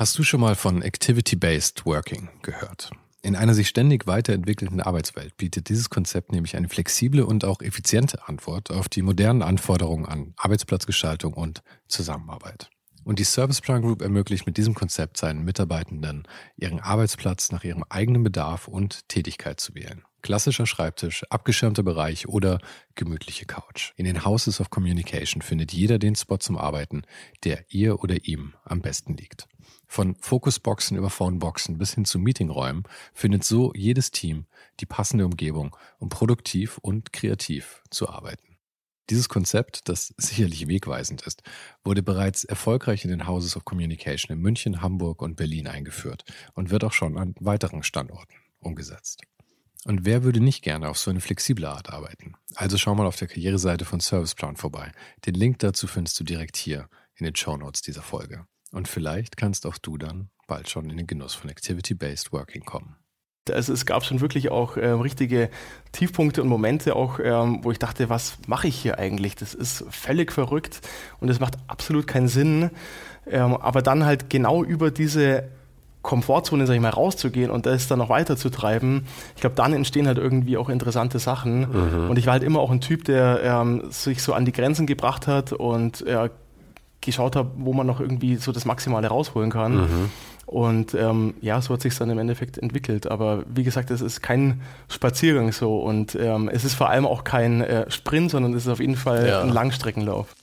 Hast du schon mal von Activity-Based Working gehört? In einer sich ständig weiterentwickelnden Arbeitswelt bietet dieses Konzept nämlich eine flexible und auch effiziente Antwort auf die modernen Anforderungen an Arbeitsplatzgestaltung und Zusammenarbeit. Und die Serviceplan Group ermöglicht mit diesem Konzept seinen Mitarbeitenden, ihren Arbeitsplatz nach ihrem eigenen Bedarf und Tätigkeit zu wählen. Klassischer Schreibtisch, abgeschirmter Bereich oder gemütliche Couch. In den Houses of Communication findet jeder den Spot zum Arbeiten, der ihr oder ihm am besten liegt. Von Fokusboxen über Phoneboxen bis hin zu Meetingräumen findet so jedes Team die passende Umgebung, um produktiv und kreativ zu arbeiten. Dieses Konzept, das sicherlich wegweisend ist, wurde bereits erfolgreich in den Houses of Communication in München, Hamburg und Berlin eingeführt und wird auch schon an weiteren Standorten umgesetzt. Und wer würde nicht gerne auf so eine flexible Art arbeiten? Also schau mal auf der Karriereseite von Serviceplan vorbei. Den Link dazu findest du direkt hier in den Shownotes dieser Folge. Und vielleicht kannst auch du dann bald schon in den Genuss von Activity-Based Working kommen. Also es gab schon wirklich auch richtige Tiefpunkte und Momente auch, wo ich dachte, was mache ich hier eigentlich? Das ist völlig verrückt und das macht absolut keinen Sinn. Aber dann halt genau über diese Komfortzone, sag ich mal, rauszugehen und das dann noch weiterzutreiben, ich glaube, dann entstehen halt irgendwie auch interessante Sachen. Und ich war halt immer auch ein Typ, der sich so an die Grenzen gebracht hat und geschaut hat, wo man noch irgendwie so das Maximale rausholen kann. Und so hat es sich dann im Endeffekt entwickelt. Aber wie gesagt, es ist kein Spaziergang so und es ist vor allem auch kein Sprint, sondern es ist auf jeden Fall ein Langstreckenlauf.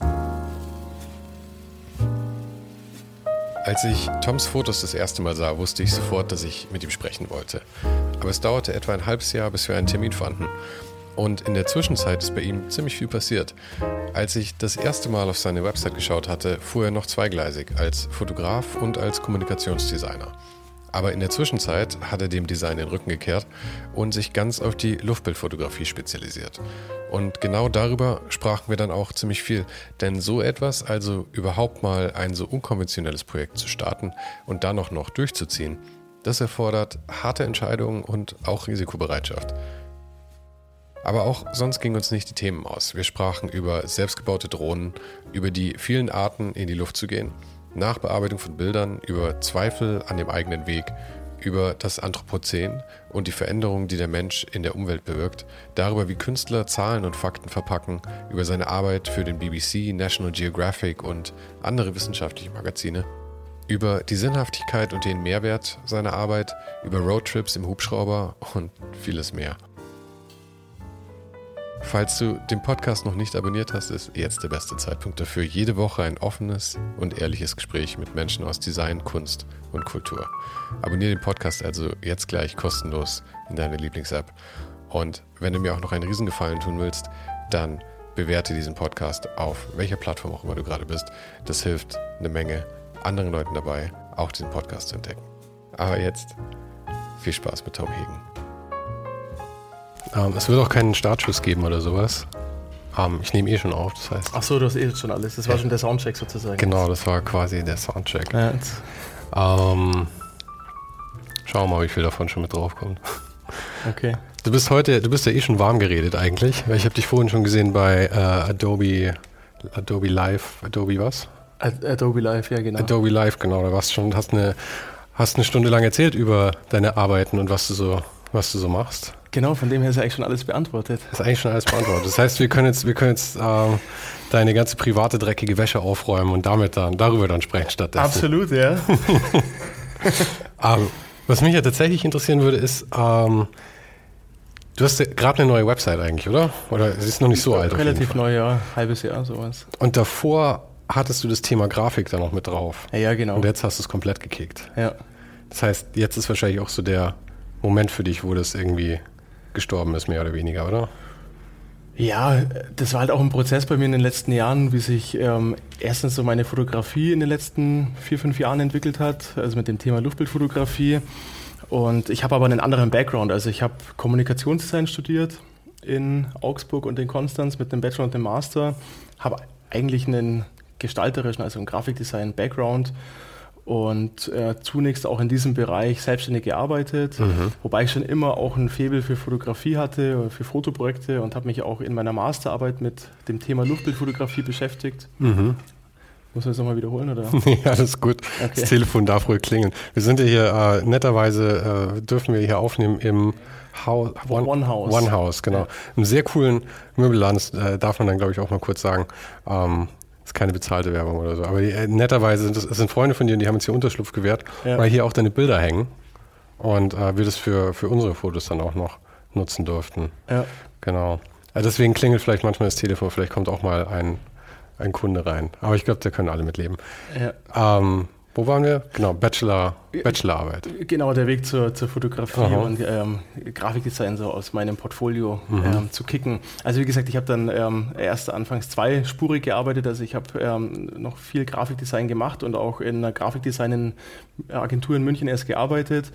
Als ich Toms Fotos das erste Mal sah, wusste ich sofort, dass ich mit ihm sprechen wollte. Aber es dauerte etwa ein halbes Jahr, bis wir einen Termin fanden. Und in der Zwischenzeit ist bei ihm ziemlich viel passiert. Als ich das erste Mal auf seine Website geschaut hatte, fuhr er noch zweigleisig, als Fotograf und als Kommunikationsdesigner. Aber in der Zwischenzeit hat er dem Design den Rücken gekehrt und sich ganz auf die Luftbildfotografie spezialisiert. Und genau darüber sprachen wir dann auch ziemlich viel. Denn so etwas, also überhaupt mal ein so unkonventionelles Projekt zu starten und dann auch noch durchzuziehen, das erfordert harte Entscheidungen und auch Risikobereitschaft. Aber auch sonst gingen uns nicht die Themen aus. Wir sprachen über selbstgebaute Drohnen, über die vielen Arten, in die Luft zu gehen, Nachbearbeitung von Bildern, über Zweifel an dem eigenen Weg, über das Anthropozän und die Veränderungen, die der Mensch in der Umwelt bewirkt, darüber, wie Künstler Zahlen und Fakten verpacken, über seine Arbeit für den BBC, National Geographic und andere wissenschaftliche Magazine, über die Sinnhaftigkeit und den Mehrwert seiner Arbeit, über Roadtrips im Hubschrauber und vieles mehr. Falls du den Podcast noch nicht abonniert hast, ist jetzt der beste Zeitpunkt dafür. Jede Woche ein offenes und ehrliches Gespräch mit Menschen aus Design, Kunst und Kultur. Abonniere den Podcast also jetzt gleich kostenlos in deiner Lieblings-App. Und wenn du mir auch noch einen Riesengefallen tun willst, dann bewerte diesen Podcast auf welcher Plattform auch immer du gerade bist. Das hilft eine Menge anderen Leuten dabei, auch diesen Podcast zu entdecken. Aber jetzt viel Spaß mit Tom Hegen. Es wird auch keinen Startschuss geben oder sowas. Ich nehme schon auf, das heißt... Ach so, du hast jetzt schon alles. Das war schon der Soundcheck sozusagen. Genau, das war quasi der Soundcheck. Ja, schauen wir mal, wie viel davon schon mit draufkommt. Okay. Du bist ja eh schon warm geredet eigentlich, weil ich habe dich vorhin schon gesehen bei Adobe Live, Adobe was? Adobe Live, ja genau. Adobe Live, genau, da warst du schon, hast eine Stunde lang erzählt über deine Arbeiten und was du so machst. Genau, von dem her ist ja eigentlich schon alles beantwortet. Das ist eigentlich schon alles beantwortet. Das heißt, wir können jetzt deine ganze private dreckige Wäsche aufräumen und darüber dann sprechen stattdessen. Absolut, ja. Was mich ja tatsächlich interessieren würde, ist, du hast ja gerade eine neue Website eigentlich, oder? Oder sie ist noch nicht so alt? Relativ neu, ja. Halbes Jahr, sowas. Und davor hattest du das Thema Grafik da noch mit drauf. Ja, genau. Und jetzt hast du es komplett gekickt. Ja. Das heißt, jetzt ist wahrscheinlich auch so der Moment für dich, wo das irgendwie gestorben ist, mehr oder weniger, oder? Ja, das war halt auch ein Prozess bei mir in den letzten Jahren, wie sich erstens so meine Fotografie in den letzten 4-5 Jahren entwickelt hat, also mit dem Thema Luftbildfotografie. Und ich habe aber einen anderen Background, also ich habe Kommunikationsdesign studiert in Augsburg und in Konstanz mit einem Bachelor und einem Master, habe eigentlich einen gestalterischen, also einen Grafikdesign-Background und zunächst auch in diesem Bereich selbstständig gearbeitet, wobei ich schon immer auch ein Faible für Fotografie hatte, für Fotoprojekte und habe mich auch in meiner Masterarbeit mit dem Thema Luftbildfotografie beschäftigt. Mit Muss man das nochmal wiederholen, oder? Ja, alles gut. Okay. Das Telefon darf ruhig klingeln. Wir sind ja hier, netterweise dürfen wir hier aufnehmen im One House. One House, genau. Ja. Einem sehr coolen Möbelladen, das darf man dann, glaube ich, auch mal kurz sagen. Ist keine bezahlte Werbung oder so. Aber netterweise, das sind Freunde von dir und die haben uns hier Unterschlupf gewährt, weil hier auch deine Bilder hängen. Und wir das für unsere Fotos dann auch noch nutzen durften. Ja. Genau. Also deswegen klingelt vielleicht manchmal das Telefon, vielleicht kommt auch mal ein Kunde rein. Aber ich glaube, da können alle mitleben. Ja. Wo waren wir? Genau, Bachelorarbeit. Genau, der Weg zur Fotografie und Grafikdesign so aus meinem Portfolio zu kicken. Also wie gesagt, ich habe dann erst anfangs zweispurig gearbeitet. Also ich habe noch viel Grafikdesign gemacht und auch in einer Grafikdesign-Agentur in München erst gearbeitet.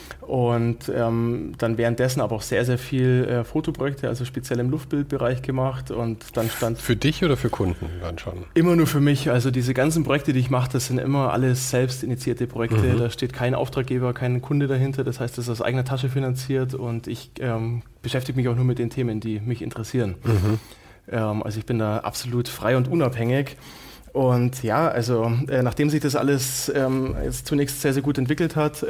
Und dann währenddessen aber auch sehr, sehr viel Fotoprojekte, also speziell im Luftbildbereich gemacht. Und dann stand... Für dich oder für Kunden dann schon? Immer nur für mich. Also diese ganzen Projekte, die ich mache, das sind immer alles selbst initiierte Projekte. Da steht kein Auftraggeber, kein Kunde dahinter. Das heißt, das ist aus eigener Tasche finanziert und ich beschäftige mich auch nur mit den Themen, die mich interessieren. Also ich bin da absolut frei und unabhängig. Und ja, also nachdem sich das alles jetzt zunächst sehr, sehr gut entwickelt hat,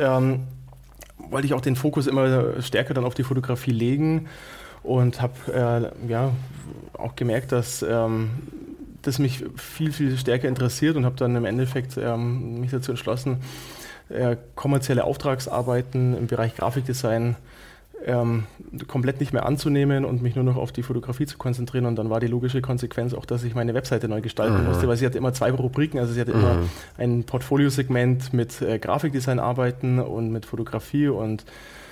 wollte ich auch den Fokus immer stärker dann auf die Fotografie legen und habe auch gemerkt, dass das mich viel, viel stärker interessiert und habe dann im Endeffekt mich dazu entschlossen, kommerzielle Auftragsarbeiten im Bereich Grafikdesign komplett nicht mehr anzunehmen und mich nur noch auf die Fotografie zu konzentrieren. Und dann war die logische Konsequenz auch, dass ich meine Webseite neu gestalten musste, weil sie hatte immer 2 Rubriken. Also sie hatte immer ein Portfoliosegment mit Grafikdesign-Arbeiten und mit Fotografie und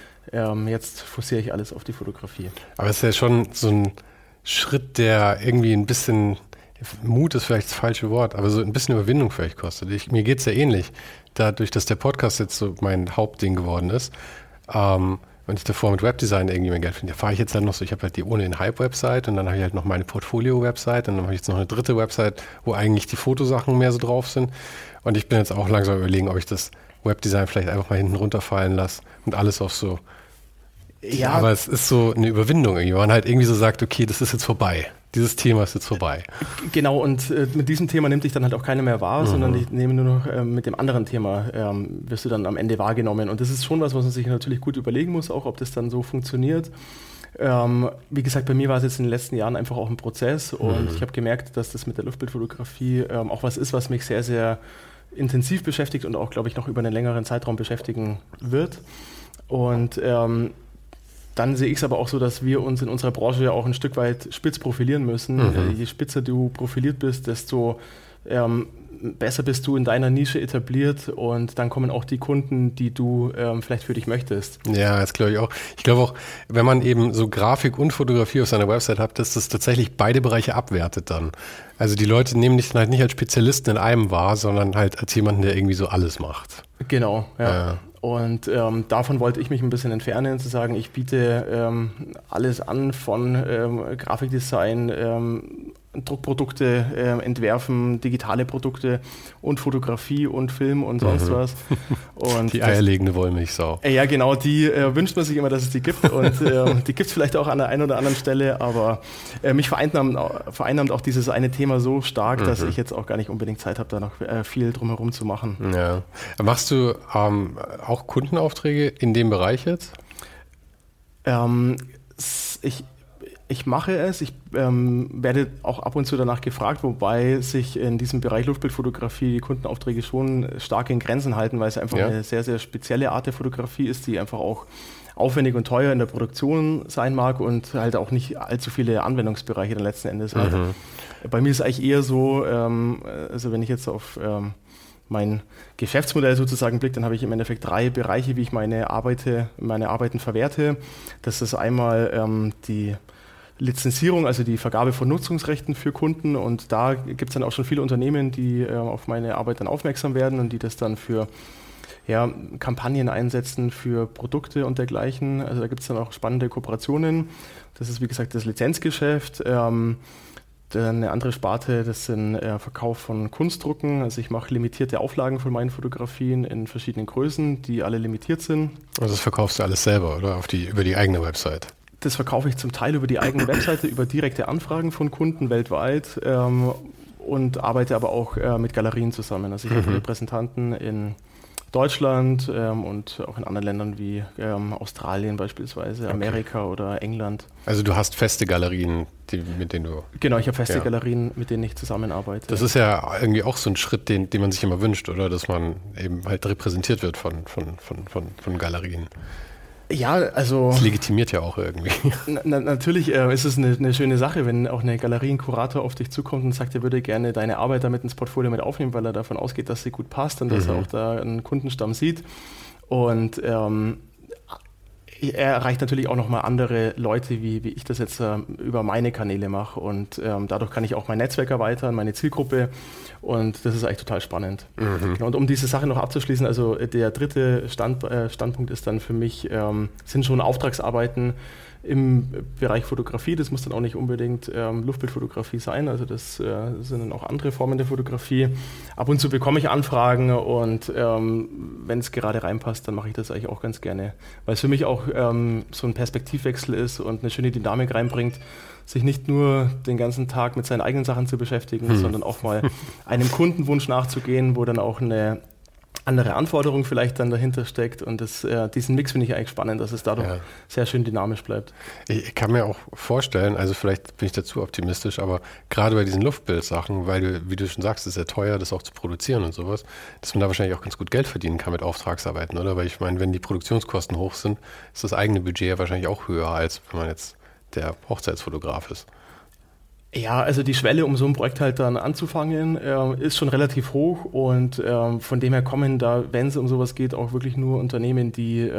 jetzt forciere ich alles auf die Fotografie. Aber es ist ja schon so ein Schritt, der irgendwie ein bisschen, Mut ist vielleicht das falsche Wort, aber so ein bisschen Überwindung vielleicht kostet. Mir geht es ja ähnlich, dadurch, dass der Podcast jetzt so mein Hauptding geworden ist, und ich davor mit Webdesign irgendwie mein Geld finde, fahre ich jetzt dann noch so, ich habe halt die ohne den Hype-Website und dann habe ich halt noch meine Portfolio-Website und dann habe ich jetzt noch eine dritte Website, wo eigentlich die Fotosachen mehr so drauf sind. Und ich bin jetzt auch langsam überlegen, ob ich das Webdesign vielleicht einfach mal hinten runterfallen lasse und alles auf so. Ja, aber es ist so eine Überwindung irgendwie, wo man halt irgendwie so sagt, okay, das ist jetzt vorbei. Dieses Thema ist jetzt vorbei. Genau, und mit diesem Thema nimmt dich dann halt auch keiner mehr wahr, sondern ich nehme nur noch mit dem anderen Thema, wirst du dann am Ende wahrgenommen. Und das ist schon was man sich natürlich gut überlegen muss, auch ob das dann so funktioniert. Wie gesagt, bei mir war es jetzt in den letzten Jahren einfach auch ein Prozess und ich habe gemerkt, dass das mit der Luftbildfotografie auch was ist, was mich sehr, sehr intensiv beschäftigt und auch, glaube ich, noch über einen längeren Zeitraum beschäftigen wird. Und dann sehe ich es aber auch so, dass wir uns in unserer Branche ja auch ein Stück weit spitz profilieren müssen. Je spitzer du profiliert bist, desto besser bist du in deiner Nische etabliert und dann kommen auch die Kunden, die du vielleicht für dich möchtest. Ja, das glaube ich auch. Ich glaube auch, wenn man eben so Grafik und Fotografie auf seiner Website hat, dass das tatsächlich beide Bereiche abwertet dann. Also die Leute nehmen dich dann halt nicht als Spezialisten in einem wahr, sondern halt als jemanden, der irgendwie so alles macht. Genau, ja. Und davon wollte ich mich ein bisschen entfernen, zu sagen, ich biete alles an von Grafikdesign, Druckprodukte entwerfen, digitale Produkte und Fotografie und Film und sonst was. Und die eierlegende Wollmilchsau. Ja, genau, die wünscht man sich immer, dass es die gibt und die gibt es vielleicht auch an der einen oder anderen Stelle, aber mich vereinnahmt auch dieses eine Thema so stark, dass ich jetzt auch gar nicht unbedingt Zeit habe, da noch viel drumherum zu machen. Ja. Machst du auch Kundenaufträge in dem Bereich jetzt? Ich mache es, ich werde auch ab und zu danach gefragt, wobei sich in diesem Bereich Luftbildfotografie die Kundenaufträge schon stark in Grenzen halten, weil es einfach eine sehr, sehr spezielle Art der Fotografie ist, die einfach auch aufwendig und teuer in der Produktion sein mag und halt auch nicht allzu viele Anwendungsbereiche dann letzten Endes hat. Bei mir ist es eigentlich eher so, also wenn ich jetzt auf mein Geschäftsmodell sozusagen blickt, dann habe ich im Endeffekt 3 Bereiche, wie ich meine Arbeiten verwerte. Das ist einmal die Lizenzierung, also die Vergabe von Nutzungsrechten für Kunden und da gibt es dann auch schon viele Unternehmen, die auf meine Arbeit dann aufmerksam werden und die das dann für Kampagnen einsetzen, für Produkte und dergleichen. Also da gibt es dann auch spannende Kooperationen. Das ist wie gesagt das Lizenzgeschäft. Eine andere Sparte, das sind Verkauf von Kunstdrucken. Also ich mache limitierte Auflagen von meinen Fotografien in verschiedenen Größen, die alle limitiert sind. Also das verkaufst du alles selber, oder? Über die eigene Website? Das verkaufe ich zum Teil über die eigene Webseite, über direkte Anfragen von Kunden weltweit. und arbeite aber auch mit Galerien zusammen. Also ich habe Repräsentanten in Deutschland und auch in anderen Ländern wie Australien beispielsweise, Amerika oder England. Also du hast feste Galerien, mit denen du... Genau, ich habe feste Galerien, mit denen ich zusammenarbeite. Das ist ja irgendwie auch so ein Schritt, den man sich immer wünscht, oder? Dass man eben halt repräsentiert wird von Galerien. Ja, also... Das legitimiert ja auch irgendwie. Natürlich ist es eine schöne Sache, wenn auch eine Galeriekurator auf dich zukommt und sagt, er würde gerne deine Arbeit damit ins Portfolio mit aufnehmen, weil er davon ausgeht, dass sie gut passt und dass er auch da einen Kundenstamm sieht. Und er erreicht natürlich auch nochmal andere Leute, wie ich das jetzt über meine Kanäle mache. Und dadurch kann ich auch mein Netzwerk erweitern, meine Zielgruppe. Und das ist eigentlich total spannend. Und um diese Sache noch abzuschließen, also der dritte Standpunkt ist dann für mich, sind schon Auftragsarbeiten im Bereich Fotografie. Das muss dann auch nicht unbedingt Luftbildfotografie sein, also das sind dann auch andere Formen der Fotografie. Ab und zu bekomme ich Anfragen und wenn es gerade reinpasst, dann mache ich das eigentlich auch ganz gerne, weil es für mich auch so ein Perspektivwechsel ist und eine schöne Dynamik reinbringt, sich nicht nur den ganzen Tag mit seinen eigenen Sachen zu beschäftigen, sondern auch mal einem Kundenwunsch nachzugehen, wo dann auch eine andere Anforderung vielleicht dann dahinter steckt und diesen Mix finde ich eigentlich spannend, dass es dadurch sehr schön dynamisch bleibt. Ich kann mir auch vorstellen, also vielleicht bin ich da zu optimistisch, aber gerade bei diesen Luftbildsachen, weil wie du schon sagst, es ist sehr teuer, das auch zu produzieren und sowas, dass man da wahrscheinlich auch ganz gut Geld verdienen kann mit Auftragsarbeiten, oder? Weil ich meine, wenn die Produktionskosten hoch sind, ist das eigene Budget ja wahrscheinlich auch höher, als wenn man jetzt der Hochzeitsfotograf ist. Ja, also die Schwelle, um so ein Projekt halt dann anzufangen, ist schon relativ hoch und von dem her kommen da, wenn es um sowas geht, auch wirklich nur Unternehmen, die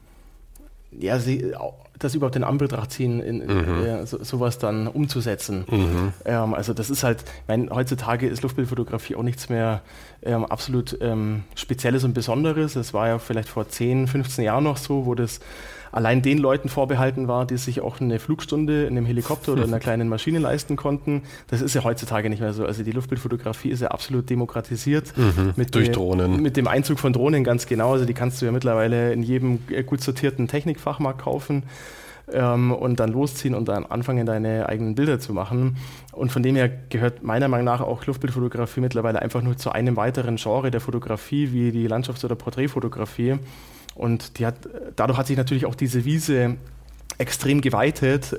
das überhaupt in Anbetracht ziehen, sowas dann umzusetzen. Also das ist halt, heutzutage ist Luftbildfotografie auch nichts mehr absolut Spezielles und Besonderes. Es war ja vielleicht vor 10, 15 Jahren noch so, wo das allein den Leuten vorbehalten war, die sich auch eine Flugstunde in einem Helikopter oder in einer kleinen Maschine leisten konnten. Das ist ja heutzutage nicht mehr so. Also die Luftbildfotografie ist ja absolut demokratisiert. Durch Drohnen. Mit dem Einzug von Drohnen ganz genau. Also die kannst du ja mittlerweile in jedem gut sortierten Technikfachmarkt kaufen und dann losziehen und dann anfangen, deine eigenen Bilder zu machen. Und von dem her gehört meiner Meinung nach auch Luftbildfotografie mittlerweile einfach nur zu einem weiteren Genre der Fotografie, wie die Landschafts- oder Porträtfotografie. Und dadurch hat sich natürlich auch diese Wiese extrem geweitet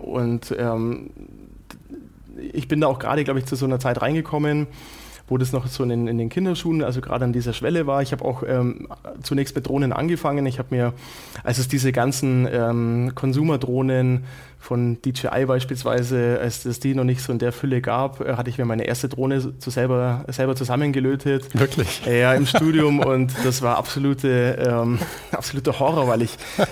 ich bin da auch gerade, glaube ich, zu so einer Zeit reingekommen, wo das noch so in den Kinderschuhen, also gerade an dieser Schwelle war. Ich habe auch zunächst mit Drohnen angefangen. Ich habe mir, als es diese ganzen Consumer-Drohnen von DJI beispielsweise, als es die noch nicht so in der Fülle gab, hatte ich mir meine erste Drohne selber zusammengelötet. Wirklich? Ja, im Studium und das war absoluter Horror, weil ich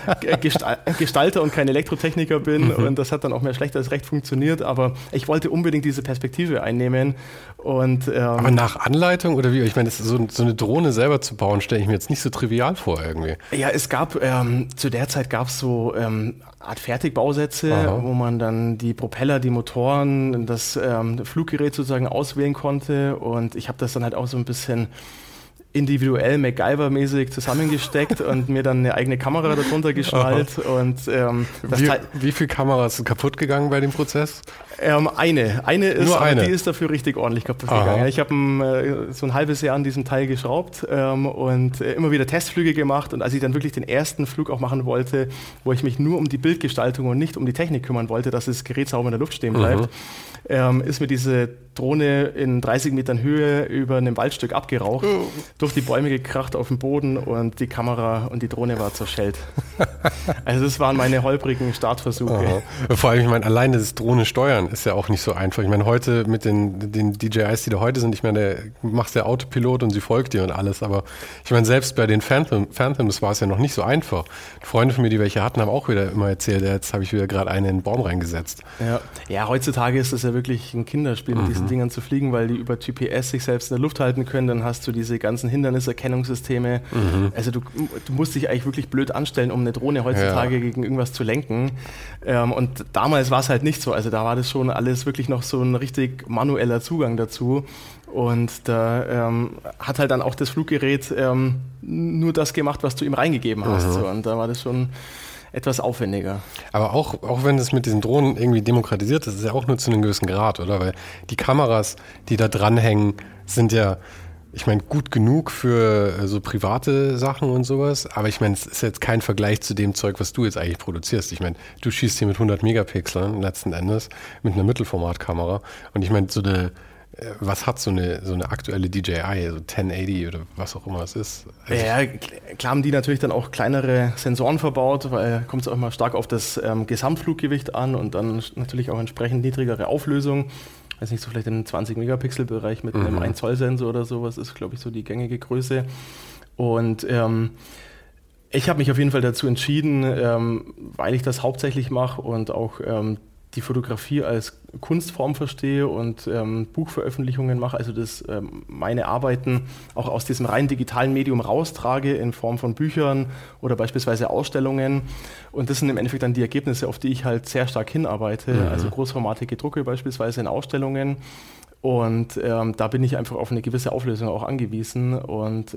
Gestalter und kein Elektrotechniker bin und das hat dann auch mehr schlecht als recht funktioniert, aber ich wollte unbedingt diese Perspektive einnehmen. Und, aber nach Anleitung oder wie? Ich meine, so eine Drohne selber zu bauen, stelle ich mir jetzt nicht so trivial vor irgendwie. Ja, es gab, zu der Zeit gab es so Art Fertigbausätze, wo man dann die Propeller, die Motoren, das Fluggerät sozusagen auswählen konnte und ich habe das dann halt auch so ein bisschen individuell MacGyver-mäßig zusammengesteckt und mir dann eine eigene Kamera darunter geschnallt. Und, wie viele Kameras sind kaputt gegangen bei dem Prozess? Eine ist, aber die ist dafür richtig ordentlich kaputt gegangen. Ich habe so ein halbes Jahr an diesem Teil geschraubt und immer wieder Testflüge gemacht. Und als ich dann wirklich den ersten Flug auch machen wollte, wo ich mich nur um die Bildgestaltung und nicht um die Technik kümmern wollte, dass das Gerät sauber in der Luft stehen bleibt, ist mir diese Drohne in 30 Metern Höhe über einem Waldstück abgeraucht, durch die Bäume gekracht auf den Boden und die Kamera und die Drohne war zerschellt. Also das waren meine holprigen Startversuche. Vor allem, ich meine, alleine das Drohne steuern ist ja auch nicht so einfach. Ich meine, heute mit den DJIs, die da heute sind, ich meine, du machst ja Autopilot und sie folgt dir und alles, aber ich meine, selbst bei den Phantoms war es ja noch nicht so einfach. Freunde von mir, die welche hatten, haben auch wieder immer erzählt, jetzt habe ich wieder gerade einen in den Baum reingesetzt. Ja, heutzutage ist das ja wirklich ein Kinderspiel, mit diesen Dingern zu fliegen, weil die über GPS sich selbst in der Luft halten können, dann hast du diese ganzen Hinderniserkennungssysteme. Also du musst dich eigentlich wirklich blöd anstellen, um eine Drohne heutzutage gegen irgendwas zu lenken. Und damals war es halt nicht so. Also da war das schon alles wirklich noch so ein richtig manueller Zugang dazu. Und da hat halt dann auch das Fluggerät nur das gemacht, was du ihm reingegeben hast. So. Und da war das schon etwas aufwendiger. Aber auch wenn es mit diesen Drohnen irgendwie demokratisiert ist, ist es ja auch nur zu einem gewissen Grad, oder? Weil die Kameras, die da dranhängen, sind ja, ich meine, gut genug für so private Sachen und sowas, aber ich meine, es ist jetzt kein Vergleich zu dem Zeug, was du jetzt eigentlich produzierst. Ich meine, du schießt hier mit 100 Megapixeln letzten Endes mit einer Mittelformatkamera und ich meine, was hat so eine aktuelle DJI, so 1080 oder was auch immer es ist? Also ja, klar haben die natürlich dann auch kleinere Sensoren verbaut, weil kommt es auch immer stark auf das Gesamtfluggewicht an und dann natürlich auch entsprechend niedrigere Auflösung. Weiß nicht, so vielleicht im 20-Megapixel-Bereich mit einem 1-Zoll-Sensor oder sowas ist, glaube ich, so die gängige Größe. Und ich habe mich auf jeden Fall dazu entschieden, weil ich das hauptsächlich mache und auch die Fotografie als Kunstform verstehe und Buchveröffentlichungen mache, also das meine Arbeiten auch aus diesem rein digitalen Medium raustrage in Form von Büchern oder beispielsweise Ausstellungen. Und das sind im Endeffekt dann die Ergebnisse, auf die ich halt sehr stark hinarbeite, also großformatige Drucke beispielsweise in Ausstellungen. Und da bin ich einfach auf eine gewisse Auflösung auch angewiesen und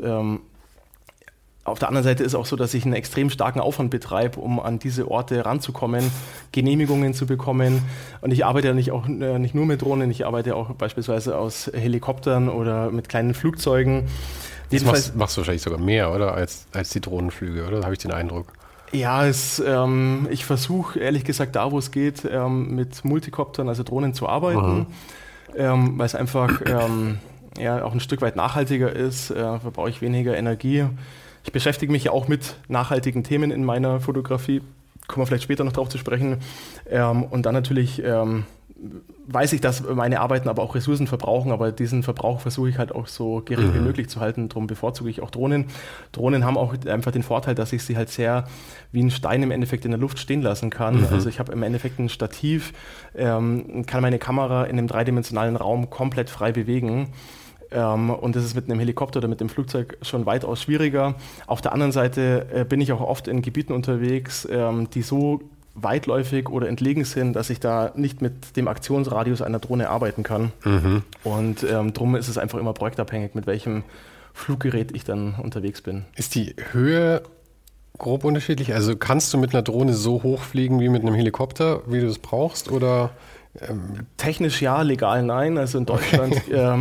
auf der anderen Seite ist auch so, dass ich einen extrem starken Aufwand betreibe, um an diese Orte ranzukommen, Genehmigungen zu bekommen. Und ich arbeite ja nicht nur mit Drohnen, ich arbeite auch beispielsweise aus Helikoptern oder mit kleinen Flugzeugen. Das machst du wahrscheinlich sogar mehr, oder? Als die Drohnenflüge, oder? Da habe ich den Eindruck. Ja, ich versuche ehrlich gesagt da, wo es geht, mit Multikoptern, also Drohnen zu arbeiten, weil es einfach auch ein Stück weit nachhaltiger ist, verbrauche ich weniger Energie. Ich beschäftige mich ja auch mit nachhaltigen Themen in meiner Fotografie, kommen wir vielleicht später noch drauf zu sprechen. Und dann natürlich weiß ich, dass meine Arbeiten aber auch Ressourcen verbrauchen, aber diesen Verbrauch versuche ich halt auch so gering wie möglich zu halten. Darum bevorzuge ich auch Drohnen. Drohnen haben auch einfach den Vorteil, dass ich sie halt sehr wie ein Stein im Endeffekt in der Luft stehen lassen kann. Also ich habe im Endeffekt ein Stativ, kann meine Kamera in einem dreidimensionalen Raum komplett frei bewegen. Und das ist mit einem Helikopter oder mit dem Flugzeug schon weitaus schwieriger. Auf der anderen Seite bin ich auch oft in Gebieten unterwegs, die so weitläufig oder entlegen sind, dass ich da nicht mit dem Aktionsradius einer Drohne arbeiten kann. Und darum ist es einfach immer projektabhängig, mit welchem Fluggerät ich dann unterwegs bin. Ist die Höhe grob unterschiedlich? Also kannst du mit einer Drohne so hoch fliegen wie mit einem Helikopter, wie du es brauchst, oder... Technisch ja, legal nein. Also in Deutschland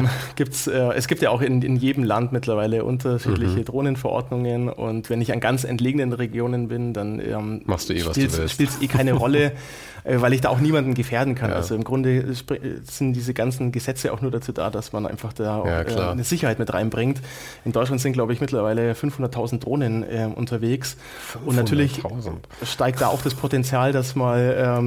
es gibt ja auch in jedem Land mittlerweile unterschiedliche Drohnenverordnungen und wenn ich an ganz entlegenen Regionen bin, dann machst du was du willst. Spielt es keine Rolle, weil ich da auch niemanden gefährden kann. Ja. Also im Grunde sind diese ganzen Gesetze auch nur dazu da, dass man einfach da auch eine Sicherheit mit reinbringt. In Deutschland sind, glaube ich, mittlerweile 500.000 Drohnen unterwegs. Und natürlich steigt da auch das Potenzial, dass mal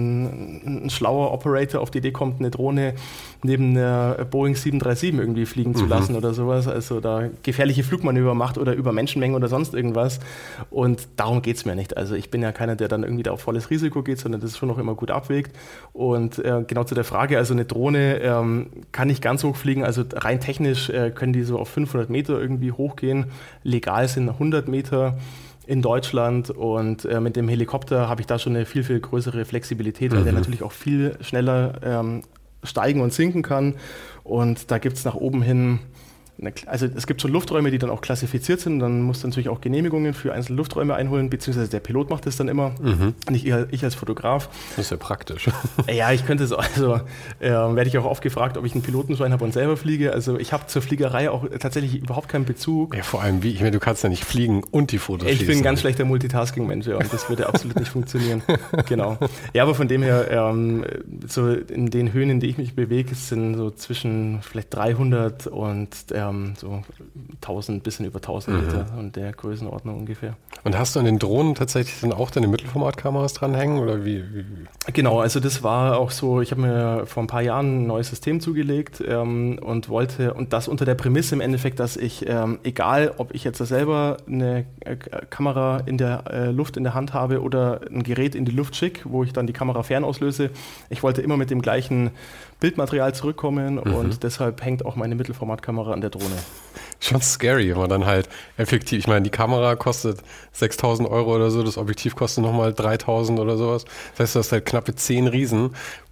ein schlauer Operator auf die Idee kommt, eine Drohne neben einer Boeing 737 irgendwie fliegen zu lassen oder sowas. Also da gefährliche Flugmanöver macht oder über Menschenmengen oder sonst irgendwas. Und darum geht es mir nicht. Also ich bin ja keiner, der dann irgendwie da auf volles Risiko geht, sondern das schon noch immer gut abwägt. Und genau zu der Frage, also eine Drohne kann nicht ganz hoch fliegen, also rein technisch können die so auf 500 Meter irgendwie hochgehen. Legal sind 100 Meter in Deutschland und mit dem Helikopter habe ich da schon eine viel, viel größere Flexibilität, weil der natürlich auch viel schneller steigen und sinken kann. Und da gibt es nach oben hin, also es gibt schon Lufträume, die dann auch klassifiziert sind, dann musst du natürlich auch Genehmigungen für einzelne Lufträume einholen, beziehungsweise der Pilot macht das dann immer, nicht ich als Fotograf. Das ist ja praktisch. Ja, ich könnte es, also werde ich auch oft gefragt, ob ich einen Pilotenschein habe und selber fliege. Also ich habe zur Fliegerei auch tatsächlich überhaupt keinen Bezug. Ja, vor allem ich meine, du kannst ja nicht fliegen und die Fotos schießen. Ich bin ein ganz schlechter Multitasking-Mensch, ja, und das würde absolut nicht funktionieren. Genau. Ja, aber von dem her, so in den Höhen, in denen ich mich bewege, sind so zwischen vielleicht 300 und so 1000, bisschen über 1000 Meter und der Größenordnung ungefähr. Und hast du an den Drohnen tatsächlich dann auch deine Mittelformatkameras dranhängen oder wie? Genau, also das war auch so, ich habe mir vor ein paar Jahren ein neues System zugelegt und wollte, und das unter der Prämisse im Endeffekt, dass ich, egal ob ich jetzt selber eine Kamera in der Luft in der Hand habe oder ein Gerät in die Luft schicke, wo ich dann die Kamera fernauslöse, ich wollte immer mit dem gleichen Bildmaterial zurückkommen und deshalb hängt auch meine Mittelformatkamera an der Drohne. Schon scary, wenn man dann halt effektiv, ich meine, die Kamera kostet 6.000 € oder so, das Objektiv kostet nochmal 3.000 oder sowas. Das heißt, du hast halt knappe 10 Riesen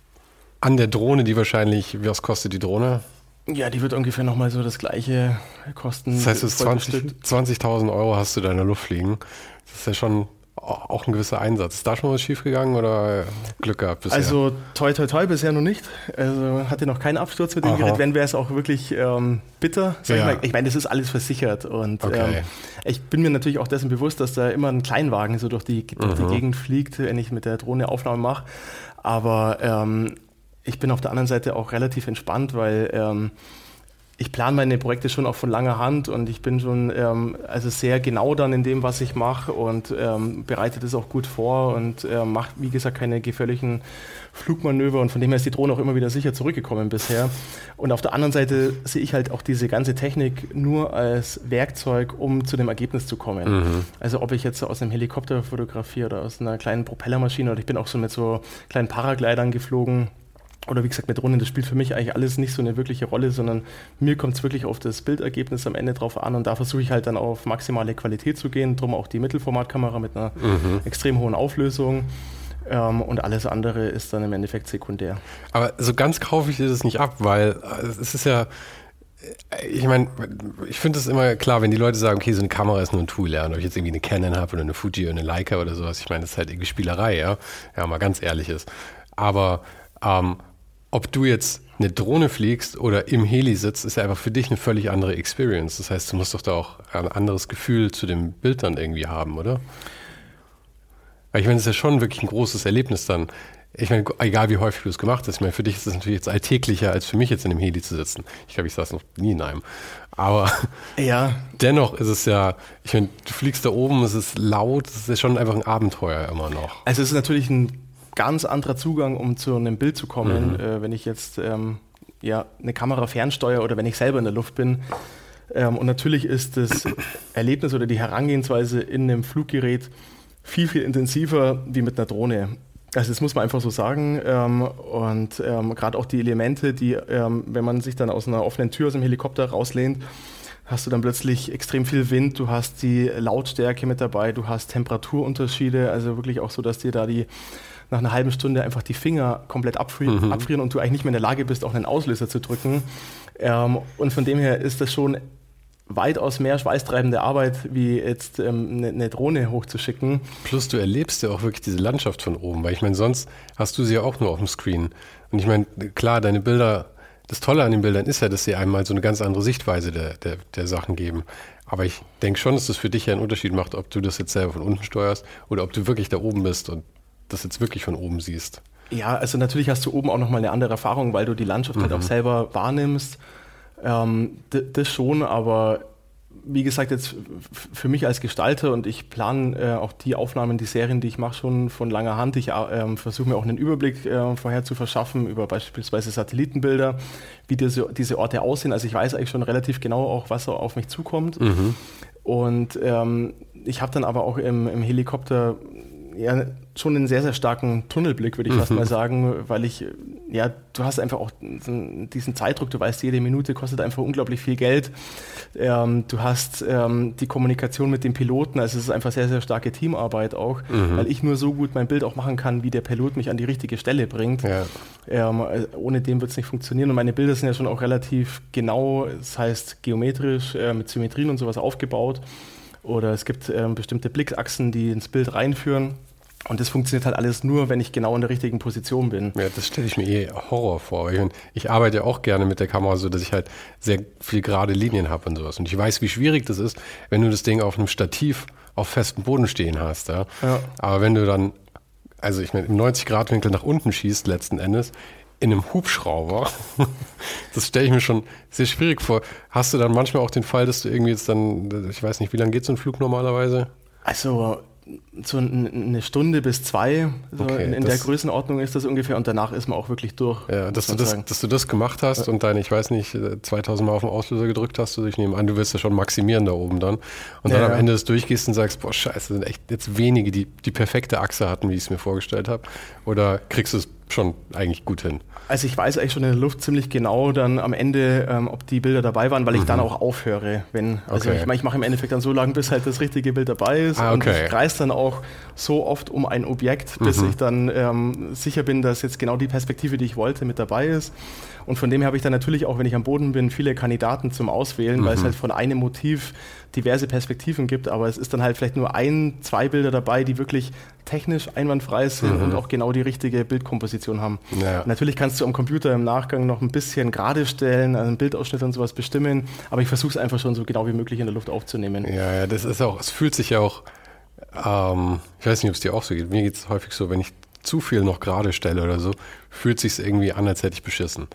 an der Drohne, die wahrscheinlich, was kostet die Drohne? Ja, die wird ungefähr nochmal so das gleiche kosten. Das heißt, 20.000 € hast du da in der Luft fliegen. Das ist ja schon auch ein gewisser Einsatz. Ist da schon was schiefgegangen oder Glück gehabt bisher? Also toi toi toi bisher noch nicht. Also hatte noch keinen Absturz mit dem Gerät. Wenn, wäre es auch wirklich bitter. Sag ich mal. Ich meine, das ist alles versichert. Und ich bin mir natürlich auch dessen bewusst, dass da immer ein Kleinwagen so durch die Gegend fliegt, wenn ich mit der Drohne Aufnahmen mache. Aber ich bin auf der anderen Seite auch relativ entspannt, weil ich plane meine Projekte schon auch von langer Hand und ich bin schon also sehr genau dann in dem, was ich mache und bereite das auch gut vor und mache, wie gesagt, keine gefährlichen Flugmanöver und von dem her ist die Drohne auch immer wieder sicher zurückgekommen bisher. Und auf der anderen Seite sehe ich halt auch diese ganze Technik nur als Werkzeug, um zu dem Ergebnis zu kommen. Also ob ich jetzt aus einem Helikopter fotografiere oder aus einer kleinen Propellermaschine oder ich bin auch so mit so kleinen Paraglidern geflogen. Oder wie gesagt, mit Drohnen, das spielt für mich eigentlich alles nicht so eine wirkliche Rolle, sondern mir kommt es wirklich auf das Bildergebnis am Ende drauf an und da versuche ich halt dann auf maximale Qualität zu gehen, drum auch die Mittelformatkamera mit einer extrem hohen Auflösung und alles andere ist dann im Endeffekt sekundär. Aber so ganz kaufe ich dir das nicht ab, weil es ist ja, ich meine, ich finde es immer klar, wenn die Leute sagen, okay, so eine Kamera ist nur ein Tool, ja, und ob ich jetzt irgendwie eine Canon habe oder eine Fuji oder eine Leica oder sowas, ich meine, das ist halt irgendwie Spielerei, ja, mal ganz ehrlich ist. Aber ob du jetzt eine Drohne fliegst oder im Heli sitzt, ist ja einfach für dich eine völlig andere Experience. Das heißt, du musst doch da auch ein anderes Gefühl zu dem Bild dann irgendwie haben, oder? Weil ich meine, es ist ja schon wirklich ein großes Erlebnis dann. Ich meine, egal wie häufig du es gemacht hast, ich meine, für dich ist es natürlich jetzt alltäglicher, als für mich jetzt in dem Heli zu sitzen. Ich glaube, ich saß noch nie in einem. Aber dennoch ist es ja, ich meine, du fliegst da oben, es ist laut, es ist schon einfach ein Abenteuer immer noch. Also es ist natürlich ein ganz anderer Zugang, um zu einem Bild zu kommen, wenn ich jetzt eine Kamera fernsteuere oder wenn ich selber in der Luft bin. Und natürlich ist das Erlebnis oder die Herangehensweise in einem Fluggerät viel, viel intensiver wie mit einer Drohne. Also das muss man einfach so sagen. Und gerade auch die Elemente, die, wenn man sich dann aus einer offenen Tür aus dem Helikopter rauslehnt, hast du dann plötzlich extrem viel Wind, du hast die Lautstärke mit dabei, du hast Temperaturunterschiede, also wirklich auch so, dass dir da nach einer halben Stunde einfach die Finger komplett abfrieren und du eigentlich nicht mehr in der Lage bist, auch einen Auslöser zu drücken. Und von dem her ist das schon weitaus mehr schweißtreibende Arbeit, wie jetzt eine Drohne hochzuschicken. Plus du erlebst ja auch wirklich diese Landschaft von oben, weil ich meine, sonst hast du sie ja auch nur auf dem Screen. Und ich meine, klar, deine Bilder, das Tolle an den Bildern ist ja, dass sie einmal so eine ganz andere Sichtweise der Sachen geben. Aber ich denke schon, dass das für dich ja einen Unterschied macht, ob du das jetzt selber von unten steuerst oder ob du wirklich da oben bist und das jetzt wirklich von oben siehst. Ja, also natürlich hast du oben auch nochmal eine andere Erfahrung, weil du die Landschaft halt auch selber wahrnimmst. Das schon, aber wie gesagt, jetzt für mich als Gestalter und ich plane auch die Aufnahmen, die Serien, die ich mache, schon von langer Hand. Ich versuche mir auch einen Überblick vorher zu verschaffen über beispielsweise Satellitenbilder, wie diese Orte aussehen. Also ich weiß eigentlich schon relativ genau auch, was so auf mich zukommt. Und ich habe dann aber auch im Helikopter schon einen sehr, sehr starken Tunnelblick, würde ich fast mal sagen, weil du hast einfach auch diesen Zeitdruck, du weißt, jede Minute kostet einfach unglaublich viel Geld. Du hast die Kommunikation mit dem Piloten, also es ist einfach sehr, sehr starke Teamarbeit auch, weil ich nur so gut mein Bild auch machen kann, wie der Pilot mich an die richtige Stelle bringt. Ja. Ohne dem wird es nicht funktionieren und meine Bilder sind ja schon auch relativ genau, das heißt geometrisch, mit Symmetrien und sowas aufgebaut. Oder es gibt bestimmte Blickachsen, die ins Bild reinführen. Und das funktioniert halt alles nur, wenn ich genau in der richtigen Position bin. Ja, das stelle ich mir Horror vor. Ich arbeite ja auch gerne mit der Kamera so, dass ich halt sehr viel gerade Linien habe und sowas. Und ich weiß, wie schwierig das ist, wenn du das Ding auf einem Stativ auf festem Boden stehen hast. Ja? Aber wenn du dann, also ich meine, im 90-Grad-Winkel nach unten schießt letzten Endes, in einem Hubschrauber, das stelle ich mir schon sehr schwierig vor. Hast du dann manchmal auch den Fall, dass du irgendwie jetzt dann, ich weiß nicht, wie lange geht so ein Flug normalerweise? Also so eine Stunde bis 2, so okay, in der Größenordnung ist das ungefähr und danach ist man auch wirklich durch. Ja, dass du das gemacht hast und dann, ich weiß nicht, 2000 Mal auf den Auslöser gedrückt hast, ich nehme an, du wirst ja schon maximieren da oben dann und dann am Ende des durchgehst und sagst, boah scheiße, sind echt jetzt wenige, die perfekte Achse hatten, wie ich es mir vorgestellt habe, oder kriegst du es schon eigentlich gut hin. Also ich weiß eigentlich schon in der Luft ziemlich genau dann am Ende, ob die Bilder dabei waren, weil ich dann auch aufhöre. Ich mache im Endeffekt dann so lange, bis halt das richtige Bild dabei ist. Und ich kreise dann auch so oft um ein Objekt, bis ich dann sicher bin, dass jetzt genau die Perspektive, die ich wollte, mit dabei ist. Und von dem her habe ich dann natürlich auch, wenn ich am Boden bin, viele Kandidaten zum Auswählen, weil es halt von einem Motiv diverse Perspektiven gibt, aber es ist dann halt vielleicht nur 1-2 Bilder dabei, die wirklich technisch einwandfrei sind und auch genau die richtige Bildkomposition haben. Ja. Natürlich kannst du am Computer im Nachgang noch ein bisschen gerade stellen, einen Bildausschnitt und sowas bestimmen, aber ich versuche es einfach schon so genau wie möglich in der Luft aufzunehmen. Ja, das ist auch, es fühlt sich ja auch, ich weiß nicht, ob es dir auch so geht, mir geht es häufig so, wenn ich zu viel noch gerade stelle oder so, fühlt es sich irgendwie an, als hätte ich beschissen.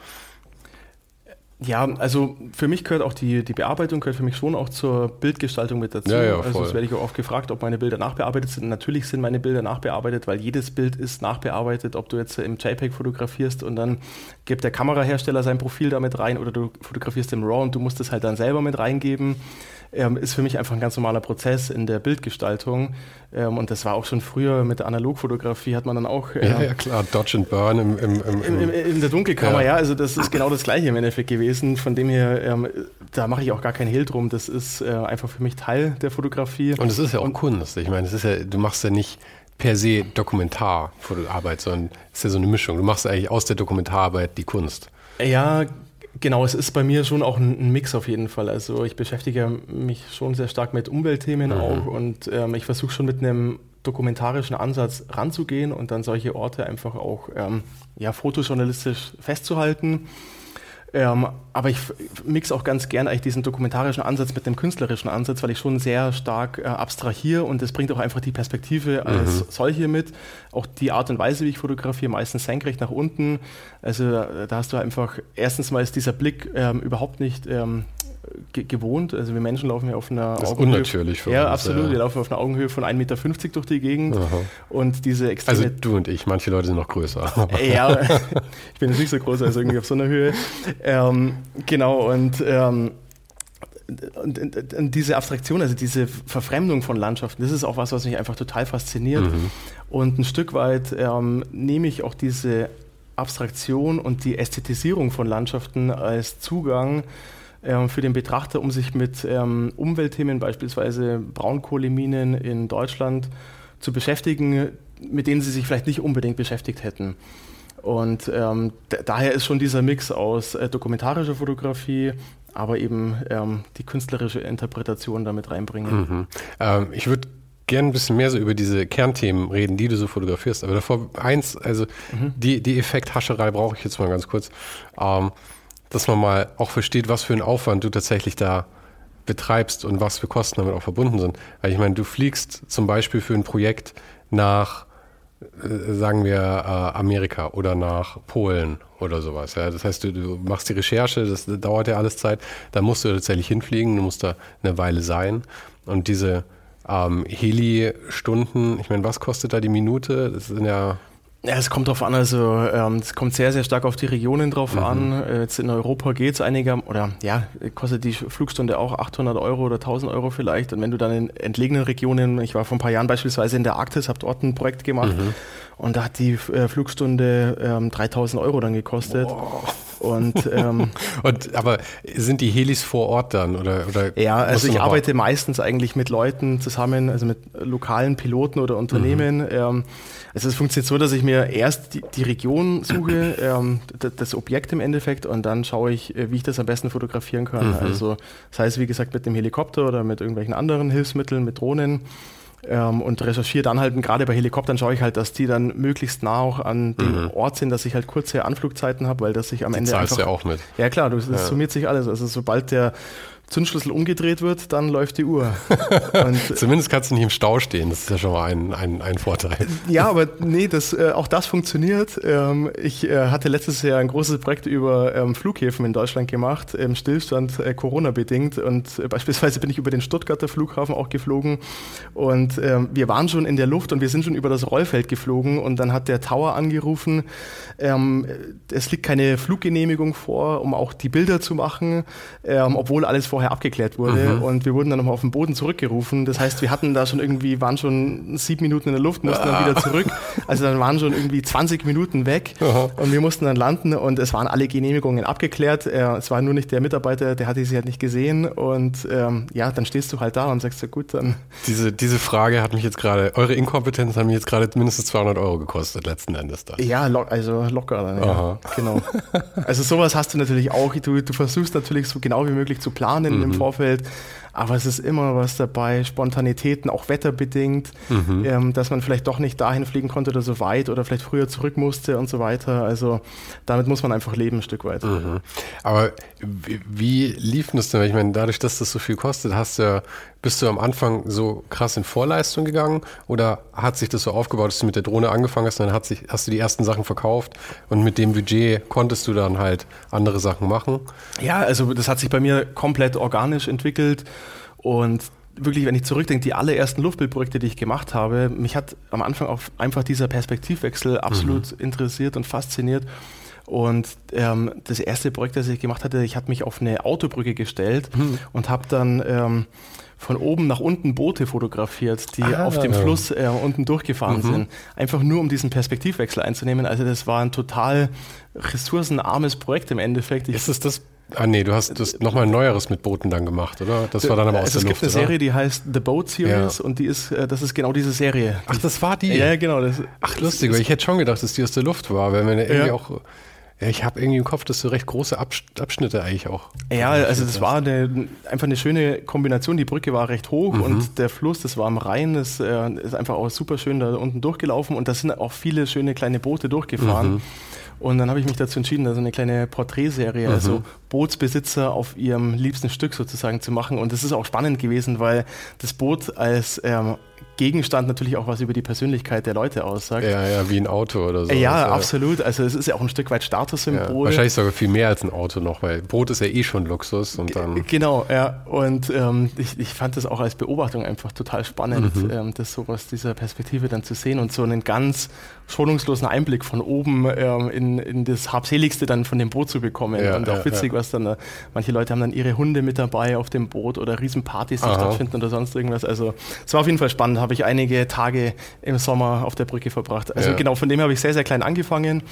Ja, also für mich gehört auch die Bearbeitung, gehört für mich schon auch zur Bildgestaltung mit dazu. Ja, also das werde ich auch oft gefragt, ob meine Bilder nachbearbeitet sind. Natürlich sind meine Bilder nachbearbeitet, weil jedes Bild ist nachbearbeitet, ob du jetzt im JPEG fotografierst und dann gibt der Kamerahersteller sein Profil damit rein oder du fotografierst im RAW und du musst es halt dann selber mit reingeben. Ist für mich einfach ein ganz normaler Prozess in der Bildgestaltung. Und das war auch schon früher mit der Analogfotografie, hat man dann auch... ja, klar, Dodge and Burn in der Dunkelkammer, ja. Also das ist genau das Gleiche im Endeffekt gewesen. Von dem her, da mache ich auch gar keinen Hehl drum. Das ist einfach für mich Teil der Fotografie. Und es ist ja auch Kunst. Ich meine, du machst ja nicht per se Dokumentararbeit, sondern es ist ja so eine Mischung. Du machst eigentlich aus der Dokumentararbeit die Kunst. Ja, genau, es ist bei mir schon auch ein Mix auf jeden Fall. Also ich beschäftige mich schon sehr stark mit Umweltthemen auch und ich versuche schon mit einem dokumentarischen Ansatz ranzugehen und dann solche Orte einfach auch fotojournalistisch festzuhalten. Aber ich mix auch ganz gern eigentlich diesen dokumentarischen Ansatz mit dem künstlerischen Ansatz, weil ich schon sehr stark abstrahiere und das bringt auch einfach die Perspektive als solche mit. Auch die Art und Weise, wie ich fotografiere, meistens senkrecht nach unten. Also da hast du einfach, erstens mal ist dieser Blick überhaupt nicht gewohnt. Also wir Menschen laufen ja auf einer das Augenhöhe. Das ist unnatürlich für uns. Ja, absolut. Wir laufen auf einer Augenhöhe von 1,50 Meter durch die Gegend. Aha. Und diese extreme... Also du und ich, manche Leute sind noch größer. Ja, ich bin jetzt nicht so groß, also irgendwie auf so einer Höhe. Genau, und diese Abstraktion, also diese Verfremdung von Landschaften, das ist auch was mich einfach total fasziniert. Und ein Stück weit nehme ich auch diese Abstraktion und die Ästhetisierung von Landschaften als Zugang für den Betrachter, um sich mit Umweltthemen, beispielsweise Braunkohleminen in Deutschland, zu beschäftigen, mit denen sie sich vielleicht nicht unbedingt beschäftigt hätten. Und daher ist schon dieser Mix aus dokumentarischer Fotografie, aber eben die künstlerische Interpretation damit reinbringen. Ich würde gerne ein bisschen mehr so über diese Kernthemen reden, die du so fotografierst. Aber davor die Effekthascherei brauche ich jetzt mal ganz kurz. Dass man mal auch versteht, was für einen Aufwand du tatsächlich da betreibst und was für Kosten damit auch verbunden sind. Weil ich meine, du fliegst zum Beispiel für ein Projekt nach, sagen wir, Amerika oder nach Polen oder sowas. Ja? Das heißt, du machst die Recherche, das dauert ja alles Zeit, da musst du tatsächlich hinfliegen, du musst da eine Weile sein. Und diese Heli-Stunden, ich meine, was kostet da die Minute? Das sind ja... Ja, es kommt drauf an, also es kommt sehr, sehr stark auf die Regionen drauf an. Jetzt in Europa geht es kostet die Flugstunde auch 800 Euro oder 1000 Euro vielleicht. Und wenn du dann in entlegenen Regionen, ich war vor ein paar Jahren beispielsweise in der Arktis, habe dort ein Projekt gemacht und da hat die Flugstunde 3000 Euro dann gekostet. Wow. Aber sind die Helis vor Ort dann? Oder ja, also ich arbeite meistens eigentlich mit Leuten zusammen, also mit lokalen Piloten oder Unternehmen. Also es funktioniert so, dass ich mir erst die Region suche, das Objekt im Endeffekt, und dann schaue ich, wie ich das am besten fotografieren kann. Also das heißt, wie gesagt, mit dem Helikopter oder mit irgendwelchen anderen Hilfsmitteln, mit Drohnen. Und recherchiere dann halt, gerade bei Helikoptern schaue ich halt, dass die dann möglichst nah auch an dem Ort sind, dass ich halt kurze Anflugzeiten habe, weil das sich am Ende zahlst einfach... ja auch mit. Ja klar, das summiert sich alles. Also sobald der Zündschlüssel umgedreht wird, dann läuft die Uhr. Und zumindest kannst du nicht im Stau stehen, das ist ja schon mal ein Vorteil. Ja, aber nee, auch das funktioniert. Ich hatte letztes Jahr ein großes Projekt über Flughäfen in Deutschland gemacht, im Stillstand Corona-bedingt, und beispielsweise bin ich über den Stuttgarter Flughafen auch geflogen und wir waren schon in der Luft und wir sind schon über das Rollfeld geflogen und dann hat der Tower angerufen, es liegt keine Fluggenehmigung vor, um auch die Bilder zu machen, obwohl alles vorher vorher abgeklärt wurde und wir wurden dann nochmal auf den Boden zurückgerufen. Das heißt, wir hatten da schon waren schon 7 Minuten in der Luft, mussten dann wieder zurück. Also dann waren schon irgendwie 20 Minuten weg und wir mussten dann landen und es waren alle Genehmigungen abgeklärt. Es war nur nicht der Mitarbeiter, der hatte sie halt nicht gesehen und dann stehst du halt da und sagst, ja gut, dann... Diese Frage hat mich jetzt gerade, eure Inkompetenz hat mich jetzt gerade mindestens 200 € gekostet letzten Endes dann. Ja, locker dann, ja. Genau. Also sowas hast du natürlich auch. Du versuchst natürlich so genau wie möglich zu planen im Vorfeld, aber es ist immer was dabei, Spontanitäten, auch wetterbedingt, dass man vielleicht doch nicht dahin fliegen konnte oder so weit oder vielleicht früher zurück musste und so weiter. Also damit muss man einfach leben ein Stück weit. Aber wie lief denn das denn? Ich meine, dadurch, dass das so viel kostet, bist du am Anfang so krass in Vorleistung gegangen oder hat sich das so aufgebaut, dass du mit der Drohne angefangen hast und dann hast du die ersten Sachen verkauft und mit dem Budget konntest du dann halt andere Sachen machen? Ja, also das hat sich bei mir komplett organisch entwickelt und wirklich, wenn ich zurückdenke, die allerersten Luftbildprojekte, die ich gemacht habe, mich hat am Anfang auch einfach dieser Perspektivwechsel absolut interessiert und fasziniert. Und das erste Projekt, das ich gemacht hatte, ich habe mich auf eine Autobrücke gestellt und habe dann von oben nach unten Boote fotografiert, die auf dem Fluss unten durchgefahren sind. Einfach nur, um diesen Perspektivwechsel einzunehmen. Also das war ein total ressourcenarmes Projekt im Endeffekt. Ist es das? Ah nee, du hast das nochmal ein neueres mit Booten dann gemacht, oder? Das war dann aber aus der Luft, Es gibt eine Serie, die heißt The Boat Series und das ist genau diese Serie. Ach, das war die? Ja, genau. Ach, lustig, weil ich hätte schon gedacht, dass die aus der Luft war, weil man irgendwie auch... Ja, ich habe irgendwie im Kopf, dass du recht große Abschnitte eigentlich auch... Ja, also das war einfach eine schöne Kombination. Die Brücke war recht hoch und der Fluss, das war am Rhein, das ist einfach auch super schön da unten durchgelaufen und da sind auch viele schöne kleine Boote durchgefahren. Und dann habe ich mich dazu entschieden, also eine kleine Porträtserie, also Bootsbesitzer auf ihrem liebsten Stück sozusagen zu machen. Und das ist auch spannend gewesen, weil das Boot als Gegenstand natürlich auch was über die Persönlichkeit der Leute aussagt. Ja, wie ein Auto oder so. Ja, absolut. Also es ist ja auch ein Stück weit Statussymbol. Ja, wahrscheinlich sogar viel mehr als ein Auto noch, weil Boot ist ja eh schon Luxus. Und dann genau, ja. Und ich fand das auch als Beobachtung einfach total spannend, das so aus dieser Perspektive dann zu sehen und so einen ganz schonungslosen Einblick von oben in das Habseligste dann von dem Boot zu bekommen. Und auch witzig, was dann, manche Leute haben dann ihre Hunde mit dabei auf dem Boot oder Riesenpartys, die stattfinden oder sonst irgendwas. Also es war auf jeden Fall spannend, habe ich einige Tage im Sommer auf der Brücke verbracht. Also genau, von dem habe ich sehr, sehr klein angefangen.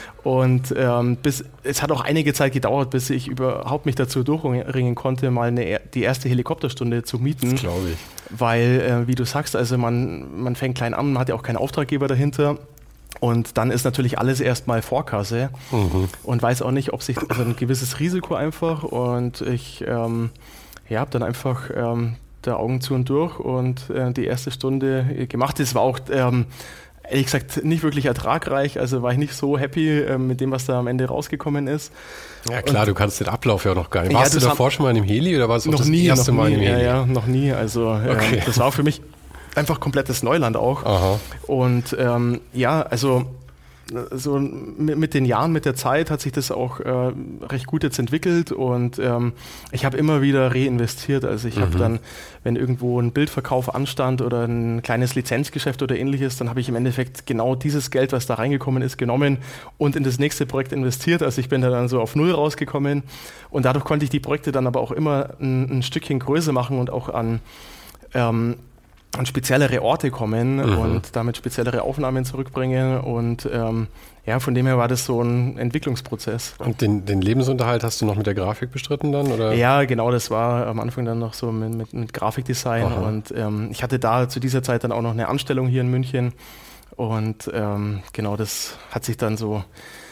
Und es hat auch einige Zeit gedauert, bis ich überhaupt mich dazu durchringen konnte, mal die erste Helikopterstunde zu mieten. Das glaube ich. Weil, wie du sagst, also man fängt klein an, man hat ja auch keinen Auftraggeber dahinter. Und dann ist natürlich alles erstmal Vorkasse und weiß auch nicht, ob sich, also ein gewisses Risiko einfach. Und ich habe dann einfach der Augen zu und durch und die erste Stunde gemacht. Das war auch ehrlich gesagt nicht wirklich ertragreich, also war ich nicht so happy mit dem, was da am Ende rausgekommen ist. Ja klar, du kannst den Ablauf ja noch gar nicht. Warst du davor schon mal in dem Heli oder war es auch das erste Mal in dem Heli? Ja, noch nie. Also das war für mich einfach komplettes Neuland auch. Aha. Und also so mit den Jahren, mit der Zeit hat sich das auch recht gut jetzt entwickelt und ich habe immer wieder reinvestiert. Also ich habe dann, wenn irgendwo ein Bildverkauf anstand oder ein kleines Lizenzgeschäft oder ähnliches, dann habe ich im Endeffekt genau dieses Geld, was da reingekommen ist, genommen und in das nächste Projekt investiert. Also ich bin da dann so auf 0 rausgekommen und dadurch konnte ich die Projekte dann aber auch immer ein Stückchen größer machen und auch an speziellere Orte kommen und damit speziellere Aufnahmen zurückbringen und von dem her war das so ein Entwicklungsprozess. Und den Lebensunterhalt hast du noch mit der Grafik bestritten dann? Oder? Ja, genau, das war am Anfang dann noch so mit Grafikdesign und ich hatte da zu dieser Zeit dann auch noch eine Anstellung hier in München und genau, das hat sich dann so,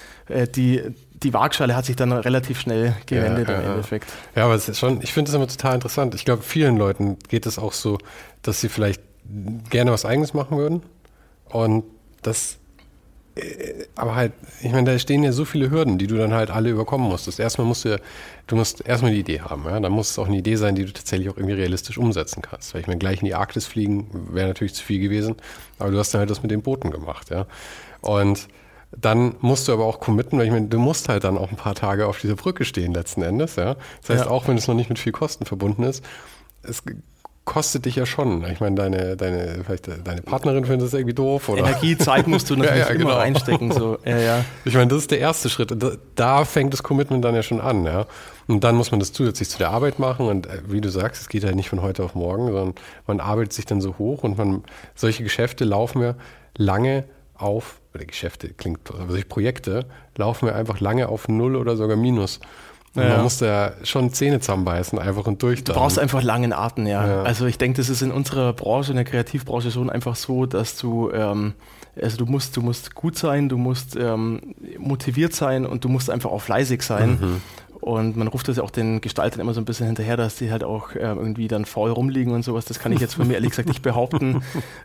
die Waagschale hat sich dann relativ schnell gewendet im Endeffekt. Ja, aber es ist schon, ich finde das immer total interessant. Ich glaube, vielen Leuten geht es auch so, dass sie vielleicht gerne was Eigenes machen würden und das, aber halt, ich meine, da stehen ja so viele Hürden, die du dann halt alle überkommen musstest. Erstmal du musst erstmal die Idee haben, ja? Dann muss es auch eine Idee sein, die du tatsächlich auch irgendwie realistisch umsetzen kannst. Weil ich meine, gleich in die Arktis fliegen wäre natürlich zu viel gewesen, aber du hast dann halt das mit den Booten gemacht, ja. Und dann musst du aber auch committen, weil ich meine, du musst halt dann auch ein paar Tage auf dieser Brücke stehen letzten Endes, ja. Das heißt, auch wenn es noch nicht mit viel Kosten verbunden ist, es kostet dich ja schon. Ich meine, deine Partnerin findet das irgendwie doof, oder? Energie, Zeit musst du natürlich immer reinstecken, so. Ich meine, das ist der erste Schritt. Da fängt das Commitment dann ja schon an, ja. Und dann muss man das zusätzlich zu der Arbeit machen und wie du sagst, es geht halt nicht von heute auf morgen, sondern man arbeitet sich dann so hoch und solche Geschäfte laufen wir lange auf, oder Geschäfte klingt, aber solche Projekte laufen wir einfach lange auf Null oder sogar Minus. Und man muss da schon Zähne zusammenbeißen, einfach und durch. Du brauchst einfach langen Atem, ja. Also ich denke, das ist in unserer Branche, in der Kreativbranche schon einfach so, dass du, also du musst gut sein, du musst motiviert sein und du musst einfach auch fleißig sein. Mhm. Und man ruft das ja auch den Gestaltern immer so ein bisschen hinterher, dass die halt auch irgendwie dann faul rumliegen und sowas. Das kann ich jetzt von mir ehrlich gesagt nicht behaupten.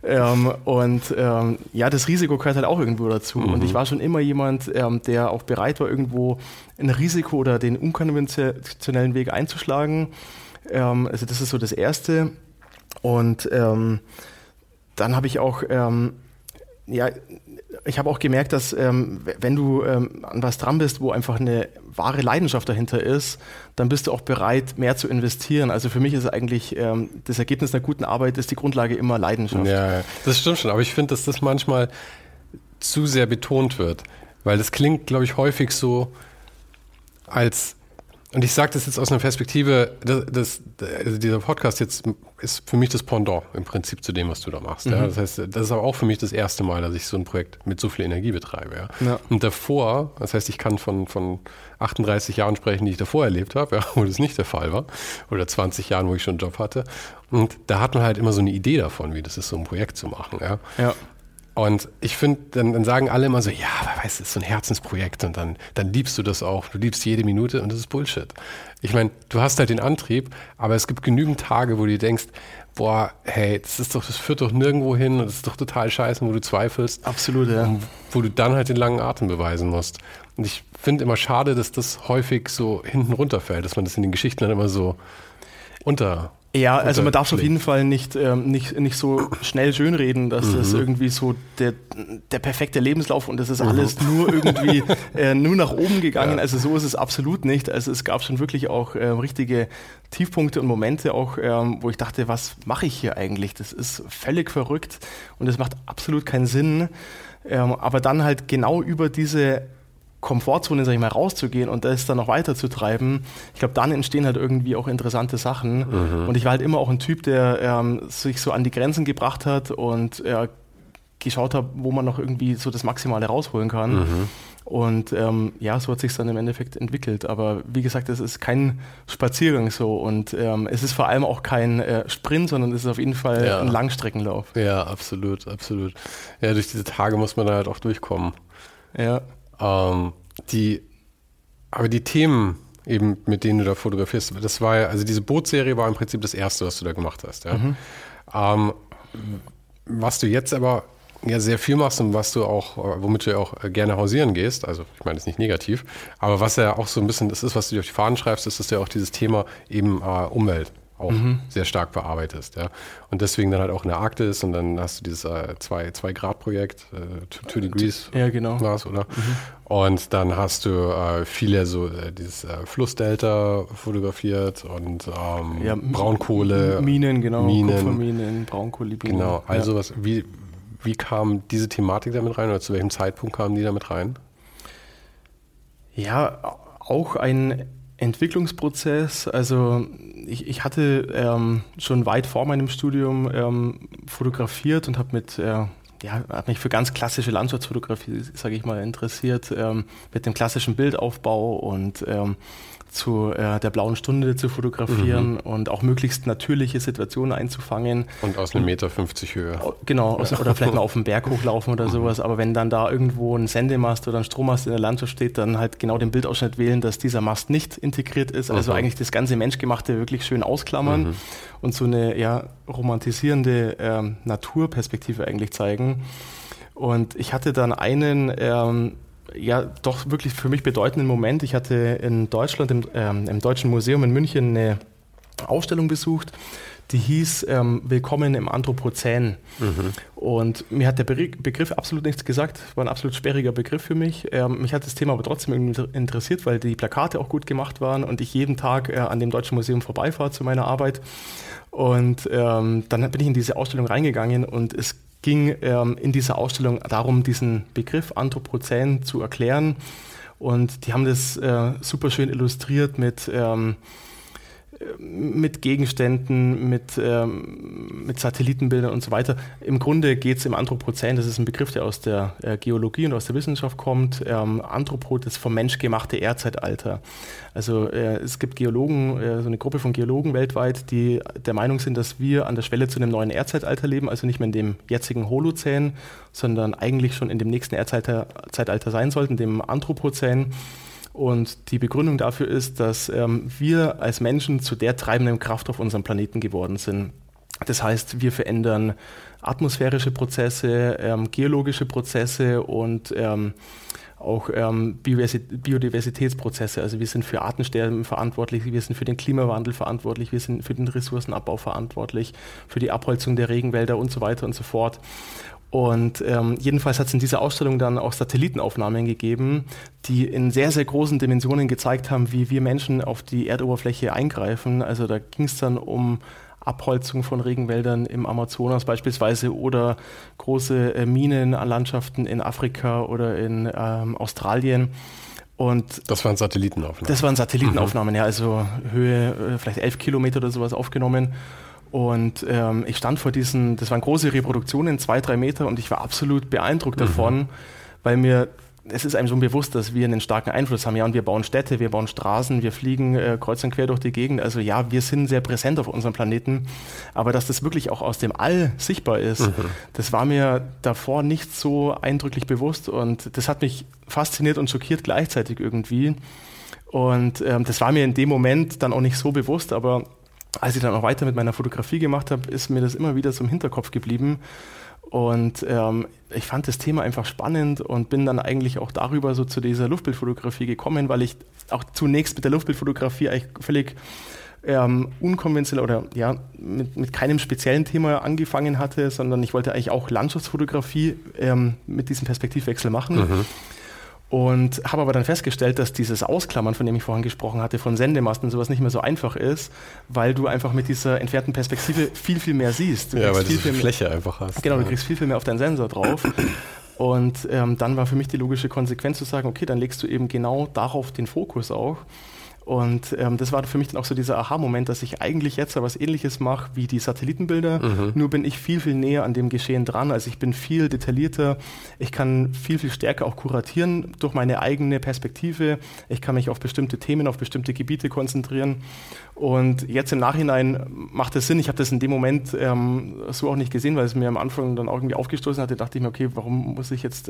Ja, das Risiko gehört halt auch irgendwo dazu. Mhm. Und ich war schon immer jemand, der auch bereit war, irgendwo ein Risiko oder den unkonventionellen Weg einzuschlagen. Also das ist so das Erste. Und dann habe ich auch... ich habe auch gemerkt, dass wenn du an was dran bist, wo einfach eine wahre Leidenschaft dahinter ist, dann bist du auch bereit, mehr zu investieren. Also für mich ist eigentlich das Ergebnis einer guten Arbeit ist die Grundlage immer Leidenschaft. Ja, das stimmt schon. Aber ich finde, dass das manchmal zu sehr betont wird. Weil das klingt, glaube ich, häufig so als... Und ich sage das jetzt aus einer Perspektive, also dieser Podcast jetzt ist für mich das Pendant im Prinzip zu dem, was du da machst. Mhm. Ja? Das heißt, das ist aber auch für mich das erste Mal, dass ich so ein Projekt mit so viel Energie betreibe. Ja? Ja. Und davor, das heißt, ich kann von 38 Jahren sprechen, die ich davor erlebt habe, ja, wo das nicht der Fall war, oder 20 Jahren, wo ich schon einen Job hatte. Und da hat man halt immer so eine Idee davon, wie das ist, so ein Projekt zu machen. Ja. Ja. Und ich finde, dann sagen alle immer so, ja, aber weißt du, das ist so ein Herzensprojekt und dann liebst du das auch, du liebst jede Minute und das ist Bullshit. Ich meine, du hast halt den Antrieb, aber es gibt genügend Tage, wo du denkst, boah, hey, das führt doch nirgendwo hin und das ist doch total scheiße, wo du zweifelst. Absolut, ja. Und wo du dann halt den langen Atem beweisen musst. Und ich finde immer schade, dass das häufig so hinten runterfällt, dass man das in den Geschichten dann immer so Ja, also man darf es auf jeden Fall nicht so schnell schönreden, dass das irgendwie so der perfekte Lebenslauf und das ist alles nur irgendwie nur nach oben gegangen. Ja. Also so ist es absolut nicht. Also es gab schon wirklich auch richtige Tiefpunkte und Momente auch, wo ich dachte, was mache ich hier eigentlich? Das ist völlig verrückt und das macht absolut keinen Sinn. Aber dann halt genau über diese Komfortzone, sag ich mal, rauszugehen und das dann noch weiterzutreiben, ich glaube, dann entstehen halt irgendwie auch interessante Sachen. Mhm. Und ich war halt immer auch ein Typ, der sich so an die Grenzen gebracht hat und geschaut hat, wo man noch irgendwie so das Maximale rausholen kann. Mhm. Und so hat es sich dann im Endeffekt entwickelt. Aber wie gesagt, es ist kein Spaziergang so und es ist vor allem auch kein Sprint, sondern es ist auf jeden Fall ein Langstreckenlauf. Ja, absolut, absolut. Ja, durch diese Tage muss man da halt auch durchkommen. Ja. Aber die Themen eben, mit denen du da fotografierst, das war ja, also diese Bootserie war im Prinzip das Erste, was du da gemacht hast. Ja? Mhm. Was du jetzt aber ja sehr viel machst und was du auch, womit du ja auch gerne hausieren gehst, also ich meine, das ist nicht negativ, aber was ja auch so ein bisschen das ist, was du dir auf die Fahnen schreibst, ist ja auch dieses Thema eben Umwelt auch sehr stark bearbeitest. Ja? Und deswegen dann halt auch in der Arktis und dann hast du dieses 2-Grad-Projekt, 2 Degrees war es, oder? Mhm. Und dann hast du viele so dieses Flussdelta fotografiert und Braunkohle. Minen, Kupferminen, Braunkohle. Genau, also wie kam diese Thematik damit rein oder zu welchem Zeitpunkt kamen die damit rein? Ja, auch ein Entwicklungsprozess. Also ich hatte schon weit vor meinem Studium fotografiert und habe mich für ganz klassische Landschaftsfotografie, sage ich mal, interessiert, mit dem klassischen Bildaufbau und zu der blauen Stunde zu fotografieren und auch möglichst natürliche Situationen einzufangen. Und aus 1,50 Meter Höhe. Genau, oder vielleicht mal auf den Berg hochlaufen oder sowas, aber wenn dann da irgendwo ein Sendemast oder ein Strommast in der Landschaft steht, dann halt genau den Bildausschnitt wählen, dass dieser Mast nicht integriert ist, also eigentlich das ganze Menschgemachte wirklich schön ausklammern und so eine romantisierende Naturperspektive eigentlich zeigen. Und ich hatte dann einen doch wirklich für mich bedeutenden Moment. Ich hatte in Deutschland, im Deutschen Museum in München, eine Ausstellung besucht, die hieß Willkommen im Anthropozän. Mhm. Und mir hat der Begriff absolut nichts gesagt, war ein absolut sperriger Begriff für mich. Mich hat das Thema aber trotzdem irgendwie interessiert, weil die Plakate auch gut gemacht waren und ich jeden Tag an dem Deutschen Museum vorbeifahre zu meiner Arbeit. Und dann bin ich in diese Ausstellung reingegangen und es ging in dieser Ausstellung darum, diesen Begriff Anthropozän zu erklären. Und die haben das super schön illustriert mit Gegenständen, mit Satellitenbildern und so weiter. Im Grunde geht es im Anthropozän, das ist ein Begriff, der aus der Geologie und aus der Wissenschaft kommt. Anthropo, das vom Mensch gemachte Erdzeitalter. Also es gibt Geologen, so eine Gruppe von Geologen weltweit, die der Meinung sind, dass wir an der Schwelle zu einem neuen Erdzeitalter leben, also nicht mehr in dem jetzigen Holozän, sondern eigentlich schon in dem nächsten Erdzeitalter sein sollten, dem Anthropozän. Und die Begründung dafür ist, dass wir als Menschen zu der treibenden Kraft auf unserem Planeten geworden sind. Das heißt, wir verändern atmosphärische Prozesse, geologische Prozesse und auch Biodiversitätsprozesse. Also wir sind für Artensterben verantwortlich, wir sind für den Klimawandel verantwortlich, wir sind für den Ressourcenabbau verantwortlich, für die Abholzung der Regenwälder und so weiter und so fort. Und jedenfalls hat es in dieser Ausstellung dann auch Satellitenaufnahmen gegeben, die in sehr, sehr großen Dimensionen gezeigt haben, wie wir Menschen auf die Erdoberfläche eingreifen. Also da ging es dann um Abholzung von Regenwäldern im Amazonas beispielsweise oder große Minenlandschaften in Afrika oder in Australien. Und das waren Satellitenaufnahmen? Das waren Satellitenaufnahmen, ja, also Höhe vielleicht 11 Kilometer oder sowas aufgenommen. Und ich stand vor diesen, das waren große Reproduktionen, 2-3 Meter, und ich war absolut beeindruckt davon, weil es ist einem schon bewusst, dass wir einen starken Einfluss haben. Ja, und wir bauen Städte, wir bauen Straßen, wir fliegen kreuz und quer durch die Gegend. Also ja, wir sind sehr präsent auf unserem Planeten. Aber dass das wirklich auch aus dem All sichtbar ist, das war mir davor nicht so eindrücklich bewusst. Und das hat mich fasziniert und schockiert gleichzeitig irgendwie. Und das war mir in dem Moment dann auch nicht so bewusst, aber als ich dann auch weiter mit meiner Fotografie gemacht habe, ist mir das immer wieder so im Hinterkopf geblieben. Und ich fand das Thema einfach spannend und bin dann eigentlich auch darüber so zu dieser Luftbildfotografie gekommen, weil ich auch zunächst mit der Luftbildfotografie eigentlich völlig unkonventionell oder ja, mit keinem speziellen Thema angefangen hatte, sondern ich wollte eigentlich auch Landschaftsfotografie mit diesem Perspektivwechsel machen. Und habe aber dann festgestellt, dass dieses Ausklammern, von dem ich vorhin gesprochen hatte, von Sendemasten und sowas nicht mehr so einfach ist, weil du einfach mit dieser entfernten Perspektive viel, viel mehr siehst. Ja, weil du viel Fläche einfach hast. Genau, du kriegst viel, viel mehr auf deinen Sensor drauf. Und dann war für mich die logische Konsequenz zu sagen, okay, dann legst du eben genau darauf den Fokus auch. Und das war für mich dann auch so dieser Aha-Moment, dass ich eigentlich jetzt was Ähnliches mache wie die Satellitenbilder, nur bin ich viel, viel näher an dem Geschehen dran. Also ich bin viel detaillierter, ich kann viel, viel stärker auch kuratieren durch meine eigene Perspektive. Ich kann mich auf bestimmte Themen, auf bestimmte Gebiete konzentrieren. Und jetzt im Nachhinein macht es Sinn. Ich habe das in dem Moment so auch nicht gesehen, weil es mir am Anfang dann auch irgendwie aufgestoßen hatte. Dachte ich mir, okay, warum muss ich jetzt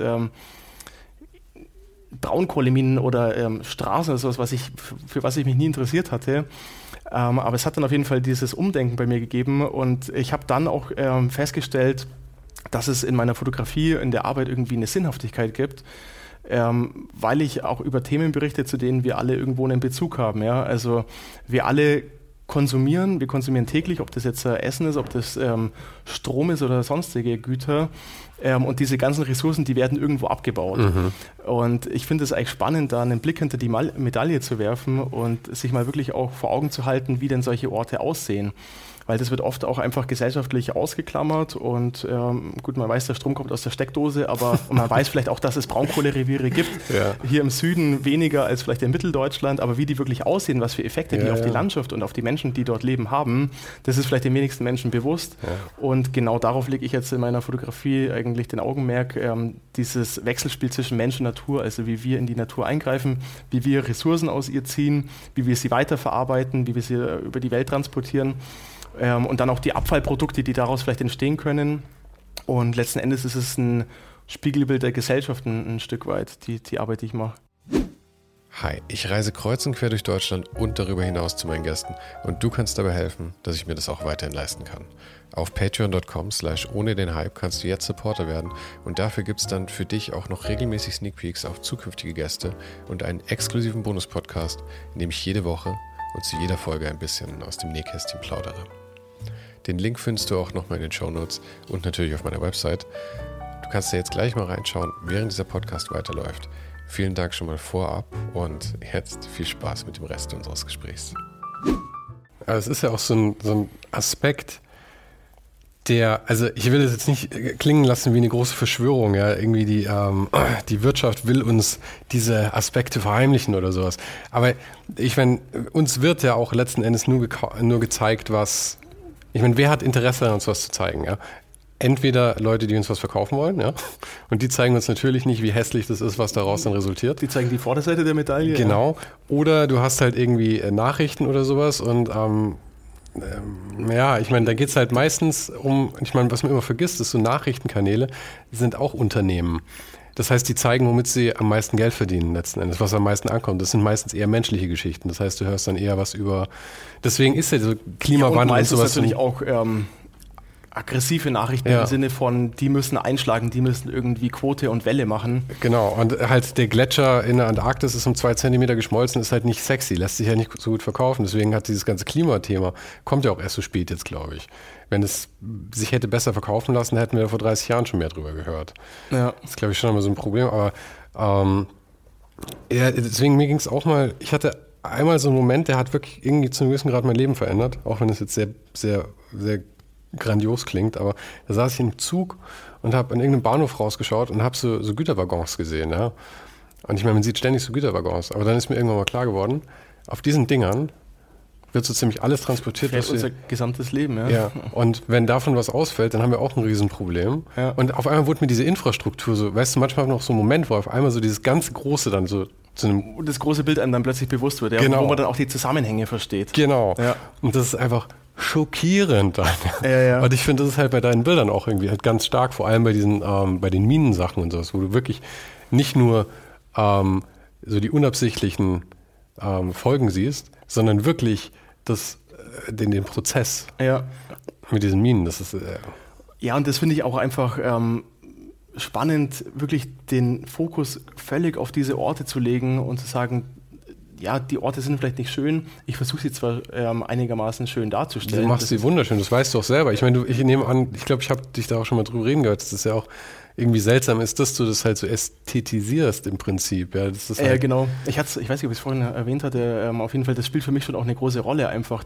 Braunkohleminen oder Straßen oder sowas, für was ich mich nie interessiert hatte. Aber es hat dann auf jeden Fall dieses Umdenken bei mir gegeben und ich habe dann auch festgestellt, dass es in meiner Fotografie, in der Arbeit irgendwie eine Sinnhaftigkeit gibt, weil ich auch über Themen berichte, zu denen wir alle irgendwo einen Bezug haben. Ja? Also wir alle konsumieren, wir konsumieren täglich, ob das jetzt Essen ist, ob das Strom ist oder sonstige Güter. Und diese ganzen Ressourcen, die werden irgendwo abgebaut. Und ich finde es eigentlich spannend, da einen Blick hinter die Medaille zu werfen und sich mal wirklich auch vor Augen zu halten, wie denn solche Orte aussehen. Weil das wird oft auch einfach gesellschaftlich ausgeklammert und gut, man weiß, der Strom kommt aus der Steckdose, aber man weiß vielleicht auch, dass es Braunkohlereviere gibt. Ja. Hier im Süden weniger als vielleicht in Mitteldeutschland, aber wie die wirklich aussehen, was für Effekte die auf die Landschaft und auf die Menschen, die dort leben, haben, das ist vielleicht den wenigsten Menschen bewusst. Ja. Und genau darauf lege ich jetzt in meiner Fotografie eigentlich den Augenmerk, dieses Wechselspiel zwischen Mensch und Natur, also wie wir in die Natur eingreifen, wie wir Ressourcen aus ihr ziehen, wie wir sie weiterverarbeiten, wie wir sie über die Welt transportieren. Und dann auch die Abfallprodukte, die daraus vielleicht entstehen können. Und letzten Endes ist es ein Spiegelbild der Gesellschaft ein Stück weit, die Arbeit, die ich mache. Hi, ich reise kreuz und quer durch Deutschland und darüber hinaus zu meinen Gästen und du kannst dabei helfen, dass ich mir das auch weiterhin leisten kann. Auf patreon.com/ohne den Hype kannst du jetzt Supporter werden und dafür gibt es dann für dich auch noch regelmäßig Sneak Peeks auf zukünftige Gäste und einen exklusiven Bonus-Podcast, in dem ich jede Woche und zu jeder Folge ein bisschen aus dem Nähkästchen plaudere. Den Link findest du auch nochmal in den Shownotes und natürlich auf meiner Website. Du kannst da jetzt gleich mal reinschauen, während dieser Podcast weiterläuft. Vielen Dank schon mal vorab und jetzt viel Spaß mit dem Rest unseres Gesprächs. Aber es ist ja auch so ein Aspekt, Also ich will das jetzt nicht klingen lassen wie eine große Verschwörung, ja, irgendwie die Wirtschaft will uns diese Aspekte verheimlichen oder sowas. Aber ich meine, uns wird ja auch letzten Endes nur gezeigt, wer hat Interesse daran, uns was zu zeigen, ja? Entweder Leute, die uns was verkaufen wollen, ja, und die zeigen uns natürlich nicht, wie hässlich das ist, was daraus dann resultiert. Die zeigen die Vorderseite der Medaille. Genau. Oder du hast halt irgendwie Nachrichten oder sowas und ich meine, da geht es halt meistens was man immer vergisst, ist so Nachrichtenkanäle sind auch Unternehmen. Das heißt, die zeigen, womit sie am meisten Geld verdienen letzten Endes, was am meisten ankommt. Das sind meistens eher menschliche Geschichten. Das heißt, du hörst dann eher was über, deswegen ist ja so Klimawandel und sowas. Natürlich auch aggressive Nachrichten im Sinne von, die müssen einschlagen, die müssen irgendwie Quote und Welle machen. Genau, und halt der Gletscher in der Antarktis ist um 2 Zentimeter geschmolzen, ist halt nicht sexy, lässt sich ja nicht so gut verkaufen. Deswegen hat dieses ganze Klimathema, kommt ja auch erst so spät jetzt, glaube ich. Wenn es sich hätte besser verkaufen lassen, hätten wir vor 30 Jahren schon mehr drüber gehört. Ja. Das ist, glaube ich, schon immer so ein Problem. Aber deswegen, mir ging es auch mal, ich hatte einmal so einen Moment, der hat wirklich irgendwie zu einem gewissen Grad mein Leben verändert, auch wenn es jetzt sehr, sehr, sehr grandios klingt, aber da saß ich im Zug und habe an irgendeinem Bahnhof rausgeschaut und habe so Güterwaggons gesehen. Ja? Und ich meine, man sieht ständig so Güterwaggons, aber dann ist mir irgendwann mal klar geworden, auf diesen Dingern wird so ziemlich alles transportiert. Fällt unser gesamtes Leben, ja. Ja. Und wenn davon was ausfällt, dann haben wir auch ein Riesenproblem. Ja. Und auf einmal wurde mir diese Infrastruktur so, weißt du, manchmal noch so ein Moment, wo auf einmal so dieses ganze Große dann so zu einem... Das große Bild einem dann plötzlich bewusst wird, ja, genau. Wo man dann auch die Zusammenhänge versteht. Genau. Ja. Und das ist einfach schockierend dann. Ja. Und ich finde, das ist halt bei deinen Bildern auch irgendwie halt ganz stark, vor allem bei diesen, bei den Minensachen und sowas, wo du wirklich nicht nur so die unabsichtlichen Folgen siehst, sondern wirklich den Prozess mit diesen Minen. Das ist ja, und das finde ich auch einfach spannend, wirklich den Fokus völlig auf diese Orte zu legen und zu sagen, ja, die Orte sind vielleicht nicht schön. Ich versuche sie zwar einigermaßen schön darzustellen. Du machst sie wunderschön, das weißt du auch selber. Ich meine, ich nehme an, ich glaube, ich habe dich da auch schon mal drüber reden gehört, dass das ja auch irgendwie seltsam ist, dass du das halt so ästhetisierst im Prinzip. Ja, das ist halt genau. Ich weiß nicht, ob ich es vorhin erwähnt hatte, auf jeden Fall, das spielt für mich schon auch eine große Rolle, einfach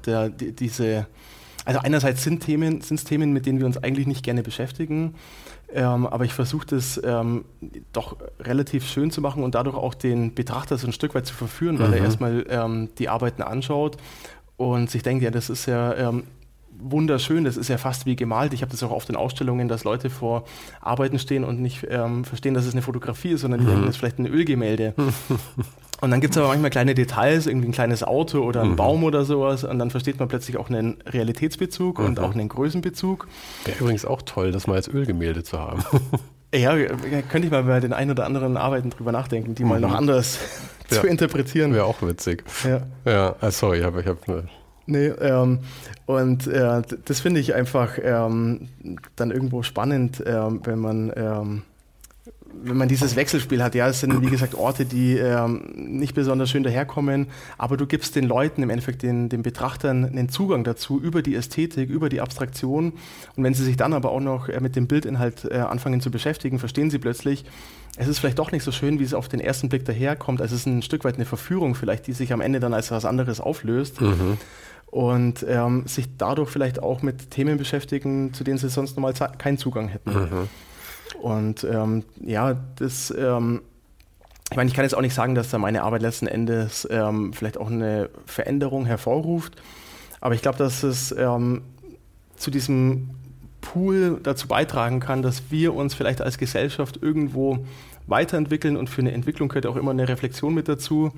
also einerseits sind es Themen, mit denen wir uns eigentlich nicht gerne beschäftigen, aber ich versuche das doch relativ schön zu machen und dadurch auch den Betrachter so ein Stück weit zu verführen, weil er erstmal die Arbeiten anschaut und sich denkt, ja, das ist ja wunderschön, das ist ja fast wie gemalt. Ich habe das auch oft in Ausstellungen, dass Leute vor Arbeiten stehen und nicht verstehen, dass es eine Fotografie ist, sondern die denken, das ist vielleicht ein Ölgemälde. Und dann gibt es aber manchmal kleine Details, irgendwie ein kleines Auto oder ein Baum oder sowas und dann versteht man plötzlich auch einen Realitätsbezug und auch einen Größenbezug. Wäre übrigens auch toll, das mal als Ölgemälde zu haben. Ja, könnte ich mal bei den ein oder anderen Arbeiten drüber nachdenken, die mal noch anders zu interpretieren. Wäre auch witzig. Ja, sorry, aber ich habe... Nee, und das finde ich einfach dann irgendwo spannend, wenn man dieses Wechselspiel hat. Ja, es sind, wie gesagt, Orte, die nicht besonders schön daherkommen, aber du gibst den Leuten, im Endeffekt den Betrachtern, einen Zugang dazu über die Ästhetik, über die Abstraktion. Und wenn sie sich dann aber auch noch mit dem Bildinhalt anfangen zu beschäftigen, verstehen sie plötzlich, es ist vielleicht doch nicht so schön, wie es auf den ersten Blick daherkommt. Also es ist ein Stück weit eine Verführung vielleicht, die sich am Ende dann als was anderes auflöst. Und sich dadurch vielleicht auch mit Themen beschäftigen, zu denen sie sonst normal keinen Zugang hätten. Und das, ich meine, ich kann jetzt auch nicht sagen, dass da meine Arbeit letzten Endes vielleicht auch eine Veränderung hervorruft, aber ich glaube, dass es zu diesem Pool dazu beitragen kann, dass wir uns vielleicht als Gesellschaft irgendwo weiterentwickeln und für eine Entwicklung gehört auch immer eine Reflexion mit dazu.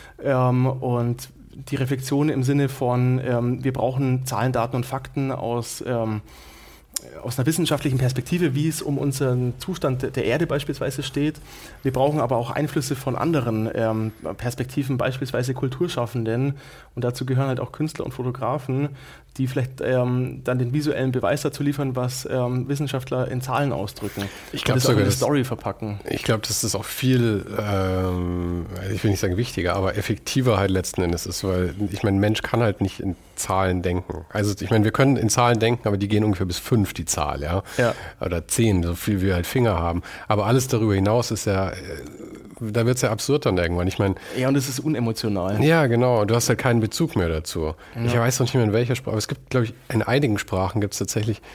Und die Reflexion im Sinne von, wir brauchen Zahlen, Daten und Fakten aus einer wissenschaftlichen Perspektive, wie es um unseren Zustand der Erde beispielsweise steht. Wir brauchen aber auch Einflüsse von anderen Perspektiven, beispielsweise Kulturschaffenden. Und dazu gehören halt auch Künstler und Fotografen, die vielleicht dann den visuellen Beweis dazu liefern, was Wissenschaftler in Zahlen ausdrücken. Ich glaube sogar eine Story verpacken. Ich glaube, dass das auch viel, ich will nicht sagen wichtiger, aber effektiver halt letzten Endes ist, weil ich meine, ein Mensch kann halt nicht in Zahlen denken. Also ich meine, wir können in Zahlen denken, aber die gehen ungefähr bis 5, die Zahl, ja. Oder 10, so viel wie wir halt Finger haben. Aber alles darüber hinaus ist ja, da wird es ja absurd dann irgendwann. Ich meine, ja, und es ist unemotional. Ja, genau. Du hast halt keinen Bezug mehr dazu. Ja. Ich weiß noch nicht mehr in welcher Sprache. Aber es gibt, glaube ich, in einigen Sprachen gibt es tatsächlich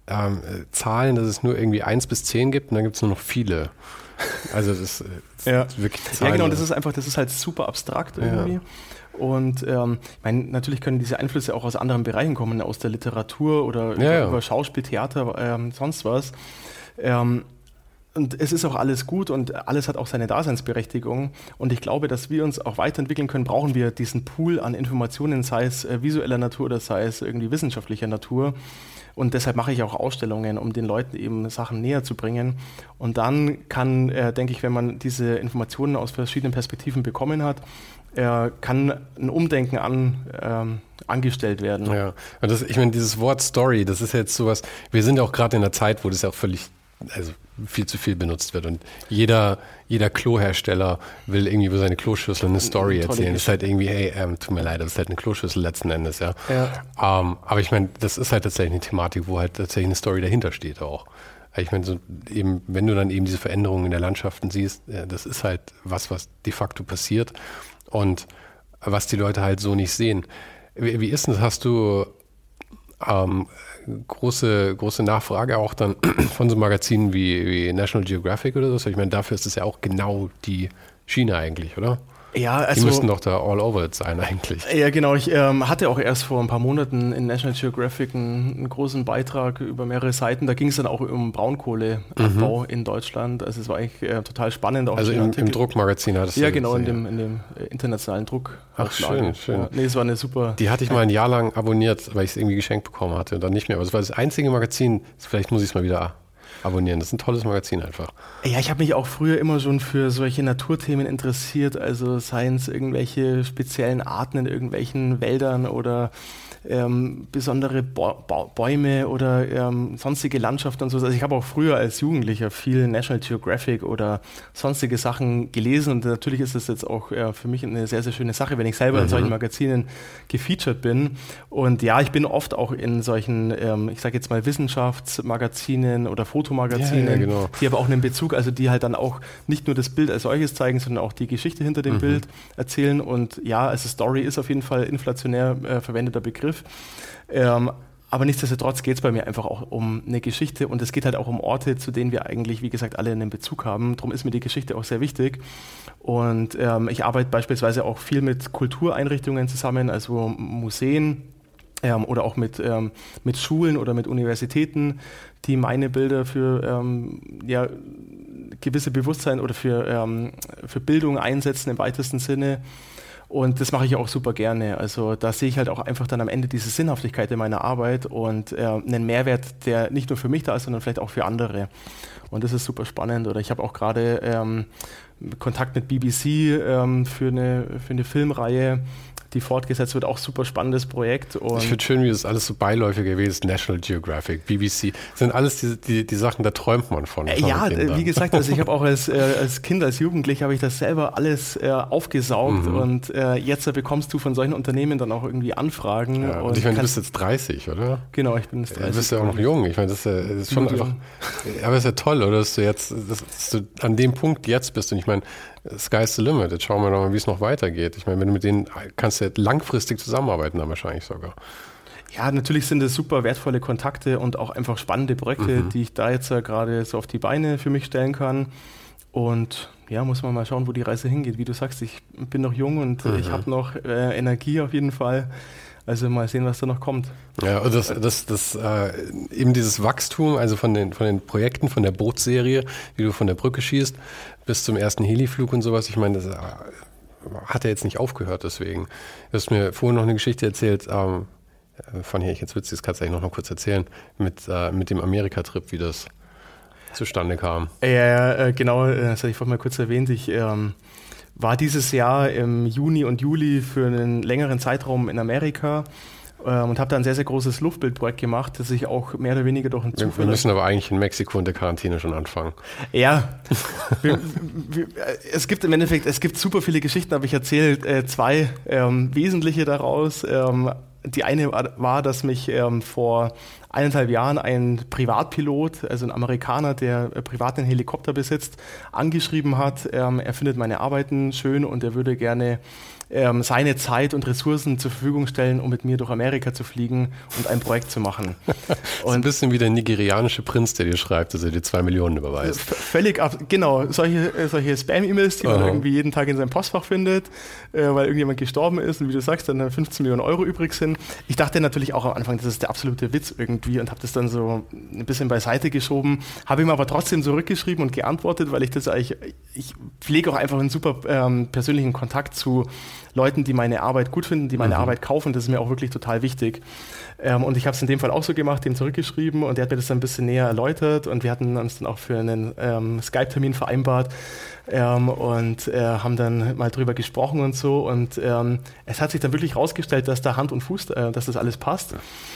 Zahlen, dass es nur irgendwie 1 bis 10 gibt und dann gibt es nur noch viele. Also das ist wirklich Zahlen. Ja, genau, das ist halt super abstrakt irgendwie. Und ich meine, natürlich können diese Einflüsse auch aus anderen Bereichen kommen, aus der Literatur oder über Schauspiel, Theater, sonst was. Und es ist auch alles gut und alles hat auch seine Daseinsberechtigung. Und ich glaube, dass wir uns auch weiterentwickeln können, brauchen wir diesen Pool an Informationen, sei es visueller Natur oder sei es irgendwie wissenschaftlicher Natur. Und deshalb mache ich auch Ausstellungen, um den Leuten eben Sachen näher zu bringen. Und dann kann, denke ich, wenn man diese Informationen aus verschiedenen Perspektiven bekommen hat, kann ein Umdenken angestellt werden. Ja, ich meine, dieses Wort Story, das ist jetzt sowas, wir sind auch gerade in einer Zeit, wo das ja auch viel zu viel benutzt wird und jeder Klohersteller will irgendwie über seine Kloschüssel eine Story erzählen. Das ist halt irgendwie, hey, tut mir leid, das ist halt eine Kloschüssel letzten Endes, ja. Aber ich meine, das ist halt tatsächlich eine Thematik, wo halt tatsächlich eine Story dahinter steht auch. Ich meine, so eben, wenn du dann eben diese Veränderungen in der Landschaften siehst, das ist halt was de facto passiert und was die Leute halt so nicht sehen. Wie ist denn das? Hast du große Nachfrage auch dann von so Magazinen wie National Geographic oder so? Ich meine, dafür ist es ja auch genau die Schiene eigentlich, oder? Ja, also, die müssten doch da all over it sein eigentlich. Ja, genau. Ich hatte auch erst vor ein paar Monaten in National Geographic einen großen Beitrag über mehrere Seiten. Da ging es dann auch um Braunkohleabbau in Deutschland. Also es war eigentlich total spannend. Auch also im Druckmagazin hattest du ja, genau, in dem internationalen Druck. Ach, schön. Ja. Nee, es war eine super... Die hatte ich mal ein Jahr lang abonniert, weil ich es irgendwie geschenkt bekommen hatte und dann nicht mehr. Aber es war das einzige Magazin, vielleicht muss ich es mal wieder abonnieren. Das ist ein tolles Magazin einfach. Ja, ich habe mich auch früher immer schon für solche Naturthemen interessiert, also seien es irgendwelche speziellen Arten in irgendwelchen Wäldern oder besondere Bäume oder sonstige Landschaften und so. Also ich habe auch früher als Jugendlicher viel National Geographic oder sonstige Sachen gelesen und natürlich ist das jetzt auch für mich eine sehr, sehr schöne Sache, wenn ich selber in solchen Magazinen gefeatured bin. Und ja, ich bin oft auch in solchen, ich sage jetzt mal Wissenschaftsmagazinen oder Fotomagazinen, genau, die aber auch einen Bezug, also die halt dann auch nicht nur das Bild als solches zeigen, sondern auch die Geschichte hinter dem Bild erzählen. Und ja, also Story ist auf jeden Fall inflationär verwendeter Begriff. Aber nichtsdestotrotz geht es bei mir einfach auch um eine Geschichte und es geht halt auch um Orte, zu denen wir eigentlich, wie gesagt, alle einen Bezug haben. Darum ist mir die Geschichte auch sehr wichtig. Und ich arbeite beispielsweise auch viel mit Kultureinrichtungen zusammen, also Museen oder auch mit Schulen oder mit Universitäten, die meine Bilder für gewisse Bewusstsein oder für Bildung einsetzen im weitesten Sinne. Und das mache ich auch super gerne. Also da sehe ich halt auch einfach dann am Ende diese Sinnhaftigkeit in meiner Arbeit und einen Mehrwert, der nicht nur für mich da ist, sondern vielleicht auch für andere. Und das ist super spannend. Oder ich habe auch gerade Kontakt mit BBC für eine Filmreihe, die fortgesetzt wird, auch super spannendes Projekt. Und ich finde schön, wie das alles so beiläufig erwähnt ist, National Geographic, BBC, das sind alles die Sachen, da träumt man von. Ja, wie gesagt, also ich habe auch als Kind, als Jugendlich, habe ich das selber alles aufgesaugt und jetzt bekommst du von solchen Unternehmen dann auch irgendwie Anfragen. Ja, und ich meine, du bist jetzt 30, oder? Genau, ich bin jetzt 30. Du bist ja auch noch jung, ich meine, das ist schon einfach, aber es ist ja toll, oder, dass du an dem Punkt jetzt bist und ich meine, sky's the limit, jetzt schauen wir doch mal, wie es noch weitergeht. Ich meine, wenn du mit denen kannst du langfristig zusammenarbeiten dann wahrscheinlich sogar. Ja, natürlich sind es super wertvolle Kontakte und auch einfach spannende Projekte, die ich da jetzt gerade so auf die Beine für mich stellen kann. Und ja, muss man mal schauen, wo die Reise hingeht. Wie du sagst, ich bin noch jung und ich habe noch Energie auf jeden Fall. Also mal sehen, was da noch kommt. Ja, und eben dieses Wachstum, also von den Projekten, von der Bootsserie, wie du von der Brücke schießt, bis zum ersten Heliflug und sowas, ich meine, das hat ja jetzt nicht aufgehört deswegen. Du hast mir vorhin noch eine Geschichte erzählt, von hier, jetzt witzig, das kannst du eigentlich noch kurz erzählen, mit dem Amerika-Trip, wie das zustande kam. Ja, genau, das hatte ich vorhin mal kurz erwähnt. Ich war dieses Jahr im Juni und Juli für einen längeren Zeitraum in Amerika und habe da ein sehr, sehr großes Luftbildprojekt gemacht, das ich auch mehr oder weniger durch einen Zufall... Wir müssen aber eigentlich in Mexiko in der Quarantäne schon anfangen. Ja, es gibt super viele Geschichten, aber ich erzähle zwei wesentliche daraus. Die eine war, dass mich vor 1,5 Jahren ein Privatpilot, also ein Amerikaner, der privat einen Helikopter besitzt, angeschrieben hat, er findet meine Arbeiten schön und er würde gerne seine Zeit und Ressourcen zur Verfügung stellen, um mit mir durch Amerika zu fliegen und ein Projekt zu machen. Das ist ein bisschen wie der nigerianische Prinz, der dir schreibt, dass er dir 2 Millionen überweist. Völlig genau. Solche Spam-E-Mails, die man irgendwie jeden Tag in seinem Postfach findet, weil irgendjemand gestorben ist und wie du sagst, dann 15 Millionen Euro übrig sind. Ich dachte natürlich auch am Anfang, das ist der absolute Witz irgendwie und habe das dann so ein bisschen beiseite geschoben, habe ihm aber trotzdem zurückgeschrieben und geantwortet, weil ich pflege auch einfach einen super persönlichen Kontakt zu Leuten, die meine Arbeit gut finden, die meine Arbeit kaufen, das ist mir auch wirklich total wichtig. Und ich habe es in dem Fall auch so gemacht, dem zurückgeschrieben und der hat mir das dann ein bisschen näher erläutert und wir hatten uns dann auch für einen Skype-Termin vereinbart und haben dann mal drüber gesprochen und so und es hat sich dann wirklich rausgestellt, dass da Hand und Fuß, dass das alles passt.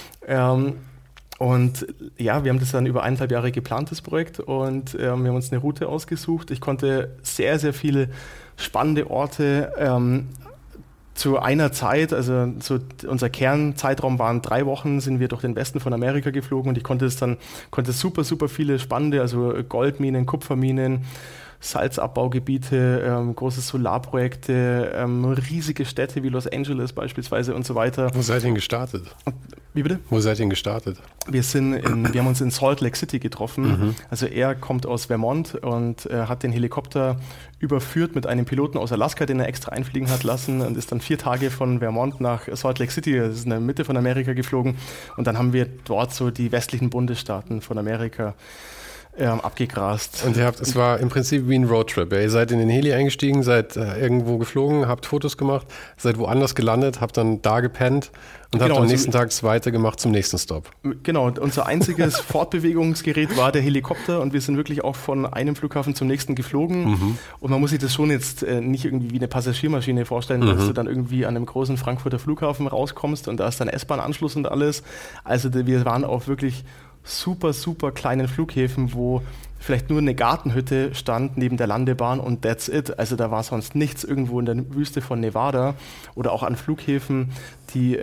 Und ja, wir haben das dann über 1,5 Jahre geplant, das Projekt, und wir haben uns eine Route ausgesucht. Ich konnte sehr, sehr viele spannende Orte zu einer Zeit, also unser Kernzeitraum waren 3 Wochen, sind wir durch den Westen von Amerika geflogen und ich konnte super, super viele spannende, also Goldminen, Kupferminen, Salzabbaugebiete, große Solarprojekte, riesige Städte wie Los Angeles beispielsweise und so weiter. Wo seid ihr denn gestartet? Wie bitte? Wo seid ihr denn gestartet? Wir haben uns in Salt Lake City getroffen. Also er kommt aus Vermont und hat den Helikopter überführt mit einem Piloten aus Alaska, den er extra einfliegen hat lassen und ist dann 4 Tage von Vermont nach Salt Lake City, das ist in der Mitte von Amerika, geflogen. Und dann haben wir dort so die westlichen Bundesstaaten von Amerika abgegrast. Und es war im Prinzip wie ein Roadtrip. Ihr seid in den Heli eingestiegen, seid irgendwo geflogen, habt Fotos gemacht, seid woanders gelandet, habt dann da gepennt und habt am nächsten Tag das weitergemacht zum nächsten Stop. Genau, unser einziges Fortbewegungsgerät war der Helikopter und wir sind wirklich auch von einem Flughafen zum nächsten geflogen. Und man muss sich das schon jetzt nicht irgendwie wie eine Passagiermaschine vorstellen, dass du dann irgendwie an einem großen Frankfurter Flughafen rauskommst und da ist dann S-Bahn-Anschluss und alles. Also wir waren auch wirklich super, super kleinen Flughäfen, wo vielleicht nur eine Gartenhütte stand neben der Landebahn und that's it. Also da war sonst nichts irgendwo in der Wüste von Nevada oder auch an Flughäfen, die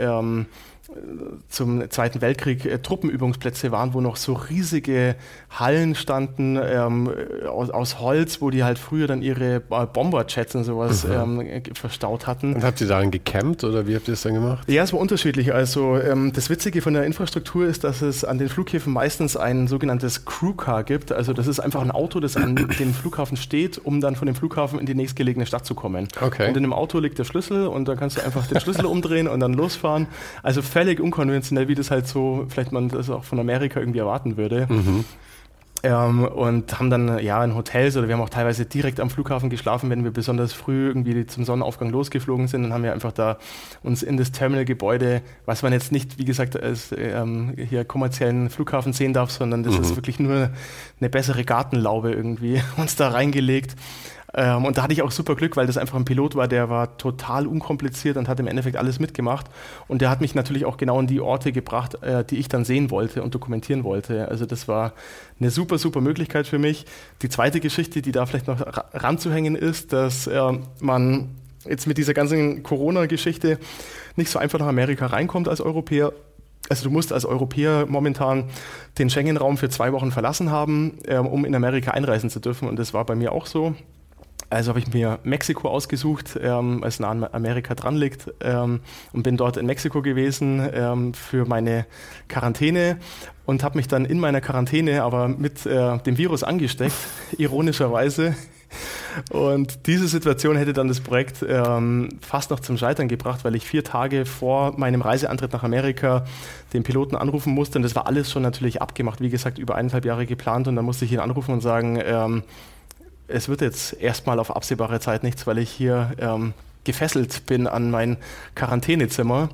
zum Zweiten Weltkrieg Truppenübungsplätze waren, wo noch so riesige Hallen standen aus Holz, wo die halt früher dann ihre Bomberjets und sowas verstaut hatten. Und habt ihr darin gecampt oder wie habt ihr es dann gemacht? Ja, es war unterschiedlich. Also das Witzige von der Infrastruktur ist, dass es an den Flughäfen meistens ein sogenanntes Crewcar gibt. Also das ist einfach ein Auto, das an dem Flughafen steht, um dann von dem Flughafen in die nächstgelegene Stadt zu kommen. Okay. Und in dem Auto liegt der Schlüssel und dann kannst du einfach den Schlüssel umdrehen und dann losfahren. Also völlig unkonventionell, wie das halt so, vielleicht man das auch von Amerika irgendwie erwarten würde. Und haben dann in Hotels oder wir haben auch teilweise direkt am Flughafen geschlafen, wenn wir besonders früh irgendwie zum Sonnenaufgang losgeflogen sind. Dann haben wir einfach da uns in das Terminalgebäude, was man jetzt nicht, wie gesagt, als hier kommerziellen Flughafen sehen darf, sondern das ist wirklich nur eine bessere Gartenlaube irgendwie, uns da reingelegt. Und da hatte ich auch super Glück, weil das einfach ein Pilot war, der war total unkompliziert und hat im Endeffekt alles mitgemacht. Und der hat mich natürlich auch genau in die Orte gebracht, die ich dann sehen wollte und dokumentieren wollte. Also das war eine super, super Möglichkeit für mich. Die zweite Geschichte, die da vielleicht noch ranzuhängen ist, dass man jetzt mit dieser ganzen Corona-Geschichte nicht so einfach nach Amerika reinkommt als Europäer. Also du musst als Europäer momentan den Schengen-Raum für 2 Wochen verlassen haben, um in Amerika einreisen zu dürfen. Und das war bei mir auch so. Also habe ich mir Mexiko ausgesucht, weil es nah an Amerika dran liegt und bin dort in Mexiko gewesen für meine Quarantäne und habe mich dann in meiner Quarantäne aber mit dem Virus angesteckt, ironischerweise. Und diese Situation hätte dann das Projekt fast noch zum Scheitern gebracht, weil ich 4 Tage vor meinem Reiseantritt nach Amerika den Piloten anrufen musste. Und das war alles schon natürlich abgemacht, wie gesagt, über 1,5 Jahre geplant. Und dann musste ich ihn anrufen und sagen, es wird jetzt erstmal auf absehbare Zeit nichts, weil ich hier gefesselt bin an mein Quarantänezimmer.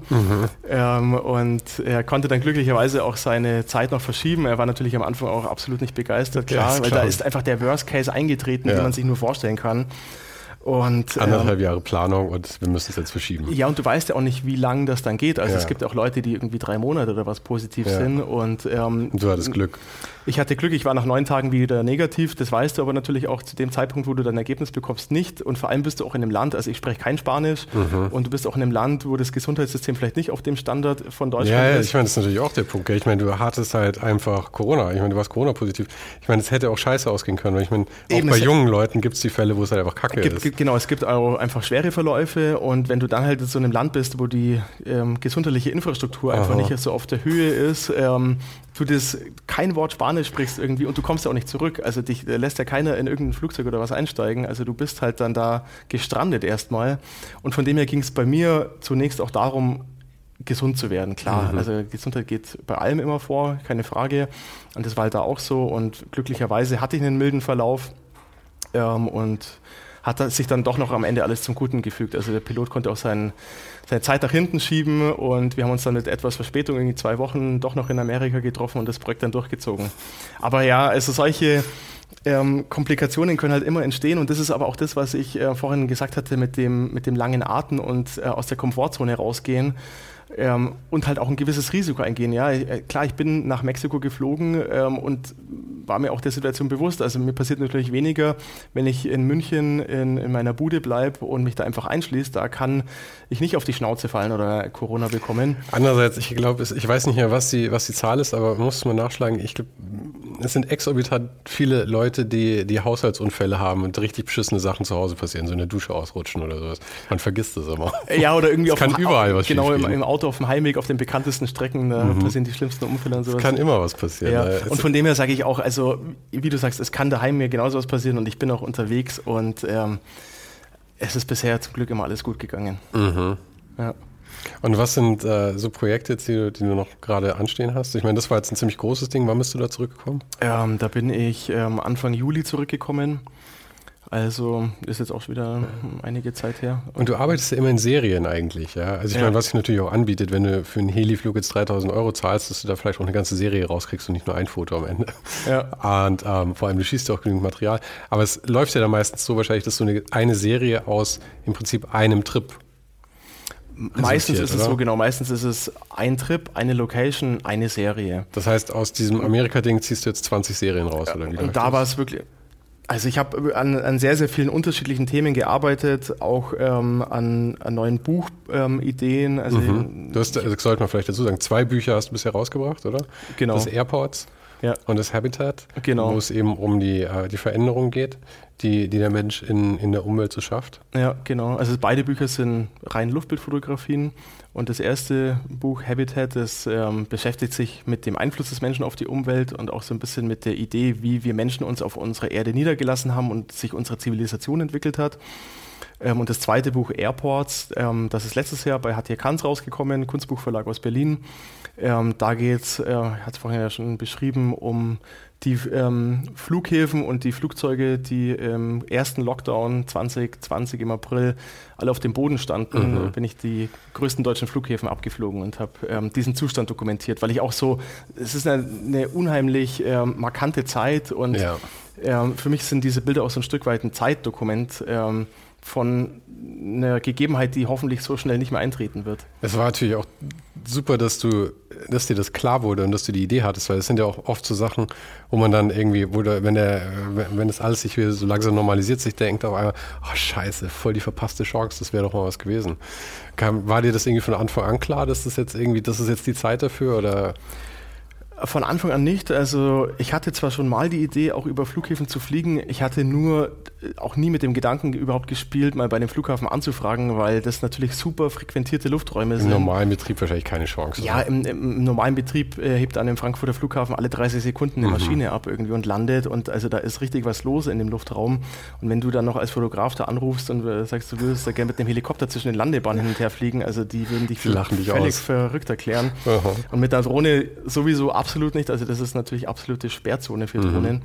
Und er konnte dann glücklicherweise auch seine Zeit noch verschieben. Er war natürlich am Anfang auch absolut nicht begeistert, klar, weil da ist einfach der Worst Case eingetreten, den man sich nur vorstellen kann. Und, 1,5 Jahre Planung und wir müssen es jetzt verschieben. Ja, und du weißt ja auch nicht, wie lange das dann geht. Also es gibt auch Leute, die irgendwie 3 Monate oder was positiv sind. Und du hattest Glück. Ich hatte Glück, ich war nach 9 Tagen wieder negativ. Das weißt du aber natürlich auch zu dem Zeitpunkt, wo du dein Ergebnis bekommst, nicht. Und vor allem bist du auch in einem Land, also ich spreche kein Spanisch, und du bist auch in einem Land, wo das Gesundheitssystem vielleicht nicht auf dem Standard von Deutschland ist. Ich meine, das ist natürlich auch der Punkt. Ich meine, du hattest halt einfach Corona. Ich meine, du warst Corona-positiv. Ich meine, es hätte auch scheiße ausgehen können. Weil ich meine, auch bei jungen Leuten gibt es die Fälle, wo es halt einfach kacke ist. Genau, es gibt auch einfach schwere Verläufe. Und wenn du dann halt in so einem Land bist, wo die gesundheitliche Infrastruktur einfach nicht so auf der Höhe ist, du kein Wort Spanisch sprichst irgendwie und du kommst ja auch nicht zurück. Also dich lässt ja keiner in irgendein Flugzeug oder was einsteigen. Also du bist halt dann da gestrandet erstmal. Und von dem her ging es bei mir zunächst auch darum, gesund zu werden, klar. Also Gesundheit geht bei allem immer vor, keine Frage. Und das war halt da auch so. Und glücklicherweise hatte ich einen milden Verlauf und hat sich dann doch noch am Ende alles zum Guten gefügt. Also der Pilot konnte auch seine Zeit nach hinten schieben und wir haben uns dann mit etwas Verspätung, irgendwie 2 Wochen, doch noch in Amerika getroffen und das Projekt dann durchgezogen. Aber ja, also solche Komplikationen können halt immer entstehen und das ist aber auch das, was ich vorhin gesagt hatte mit dem langen Atmen und aus der Komfortzone rausgehen. Und halt auch ein gewisses Risiko eingehen. Ja, klar, ich bin nach Mexiko geflogen und war mir auch der Situation bewusst. Also mir passiert natürlich weniger, wenn ich in München in meiner Bude bleibe und mich da einfach einschließe. Da kann ich nicht auf die Schnauze fallen oder Corona bekommen. Andererseits, ich glaube, ich weiß nicht mehr, was die Zahl ist, aber man muss es mal nachschlagen. Ich glaube, es sind exorbitant viele Leute, die Haushaltsunfälle haben und richtig beschissene Sachen zu Hause passieren, so in der Dusche ausrutschen oder sowas. Man vergisst das immer. Ja, oder irgendwie kann überall was genau im Auto auf dem Heimweg auf den bekanntesten Strecken passieren die schlimmsten Unfälle und sowas. Es kann immer was passieren. Ja. Und von dem her sage ich auch, also wie du sagst, es kann daheim mir genauso was passieren und ich bin auch unterwegs und es ist bisher zum Glück immer alles gut gegangen. Ja. Und was sind so Projekte, die du noch gerade anstehen hast? Ich meine, das war jetzt ein ziemlich großes Ding. Wann bist du da zurückgekommen? Da bin ich Anfang Juli zurückgekommen. Also ist jetzt auch schon wieder einige Zeit her. Und du arbeitest ja immer in Serien eigentlich, ja? Also ich meine, was sich natürlich auch anbietet, wenn du für einen Heliflug jetzt 3.000 € zahlst, dass du da vielleicht auch eine ganze Serie rauskriegst und nicht nur ein Foto am Ende. Ja. Und vor allem, du schießt ja auch genügend Material. Aber es läuft ja dann meistens so wahrscheinlich, dass du eine Serie aus im Prinzip einem Trip meistens ist es so, genau. Meistens ist es ein Trip, eine Location, eine Serie. Das heißt, aus diesem Amerika-Ding ziehst du jetzt 20 Serien raus, oder wie? Und da war es wirklich... Also ich habe an sehr, sehr vielen unterschiedlichen Themen gearbeitet, auch an neuen Buchideen. Also Du hast, sollte man vielleicht dazu sagen, 2 Bücher hast du bisher rausgebracht, oder? Genau. Das Airports und das Habitat, genau. Wo es eben um die Veränderung geht, die der Mensch in der Umwelt so schafft. Ja, genau. Also beide Bücher sind rein Luftbildfotografien und das erste Buch Habitat, das beschäftigt sich mit dem Einfluss des Menschen auf die Umwelt und auch so ein bisschen mit der Idee, wie wir Menschen uns auf unserer Erde niedergelassen haben und sich unsere Zivilisation entwickelt hat. Und das zweite Buch Airports, das ist letztes Jahr bei Hatje Kanz rausgekommen, Kunstbuchverlag aus Berlin. Da geht es, hat es vorhin ja schon beschrieben, um die Flughäfen und die Flugzeuge, die im ersten Lockdown 2020 im April alle auf dem Boden standen, bin ich die größten deutschen Flughäfen abgeflogen und habe diesen Zustand dokumentiert, weil ich auch so, es ist eine unheimlich markante Zeit und für mich sind diese Bilder auch so ein Stück weit ein Zeitdokument von einer Gegebenheit, die hoffentlich so schnell nicht mehr eintreten wird. Es war natürlich auch super, dass dir das klar wurde und dass du die Idee hattest, weil es sind ja auch oft so Sachen, wo man dann irgendwie, wenn das alles sich wieder so langsam normalisiert, sich denkt auf einmal, oh scheiße, voll die verpasste Chance, das wäre doch mal was gewesen. War dir das irgendwie von Anfang an klar, dass das ist jetzt die Zeit dafür, oder? Von Anfang an nicht. Also ich hatte zwar schon mal die Idee, auch über Flughäfen zu fliegen. Ich hatte nur auch nie mit dem Gedanken überhaupt gespielt, mal bei dem Flughafen anzufragen, weil das natürlich super frequentierte Lufträume sind. Im normalen Betrieb wahrscheinlich keine Chance. Ja, im normalen Betrieb hebt an dem Frankfurter Flughafen alle 30 Sekunden eine Maschine ab irgendwie und landet. Und also da ist richtig was los in dem Luftraum. Und wenn du dann noch als Fotograf da anrufst und sagst, du würdest da gerne mit dem Helikopter zwischen den Landebahnen hin und her fliegen, also die würden dich völlig verrückt erklären. Aha. Und mit der Drohne sowieso absolut nicht. Also das ist natürlich absolute Sperrzone für Drohnen.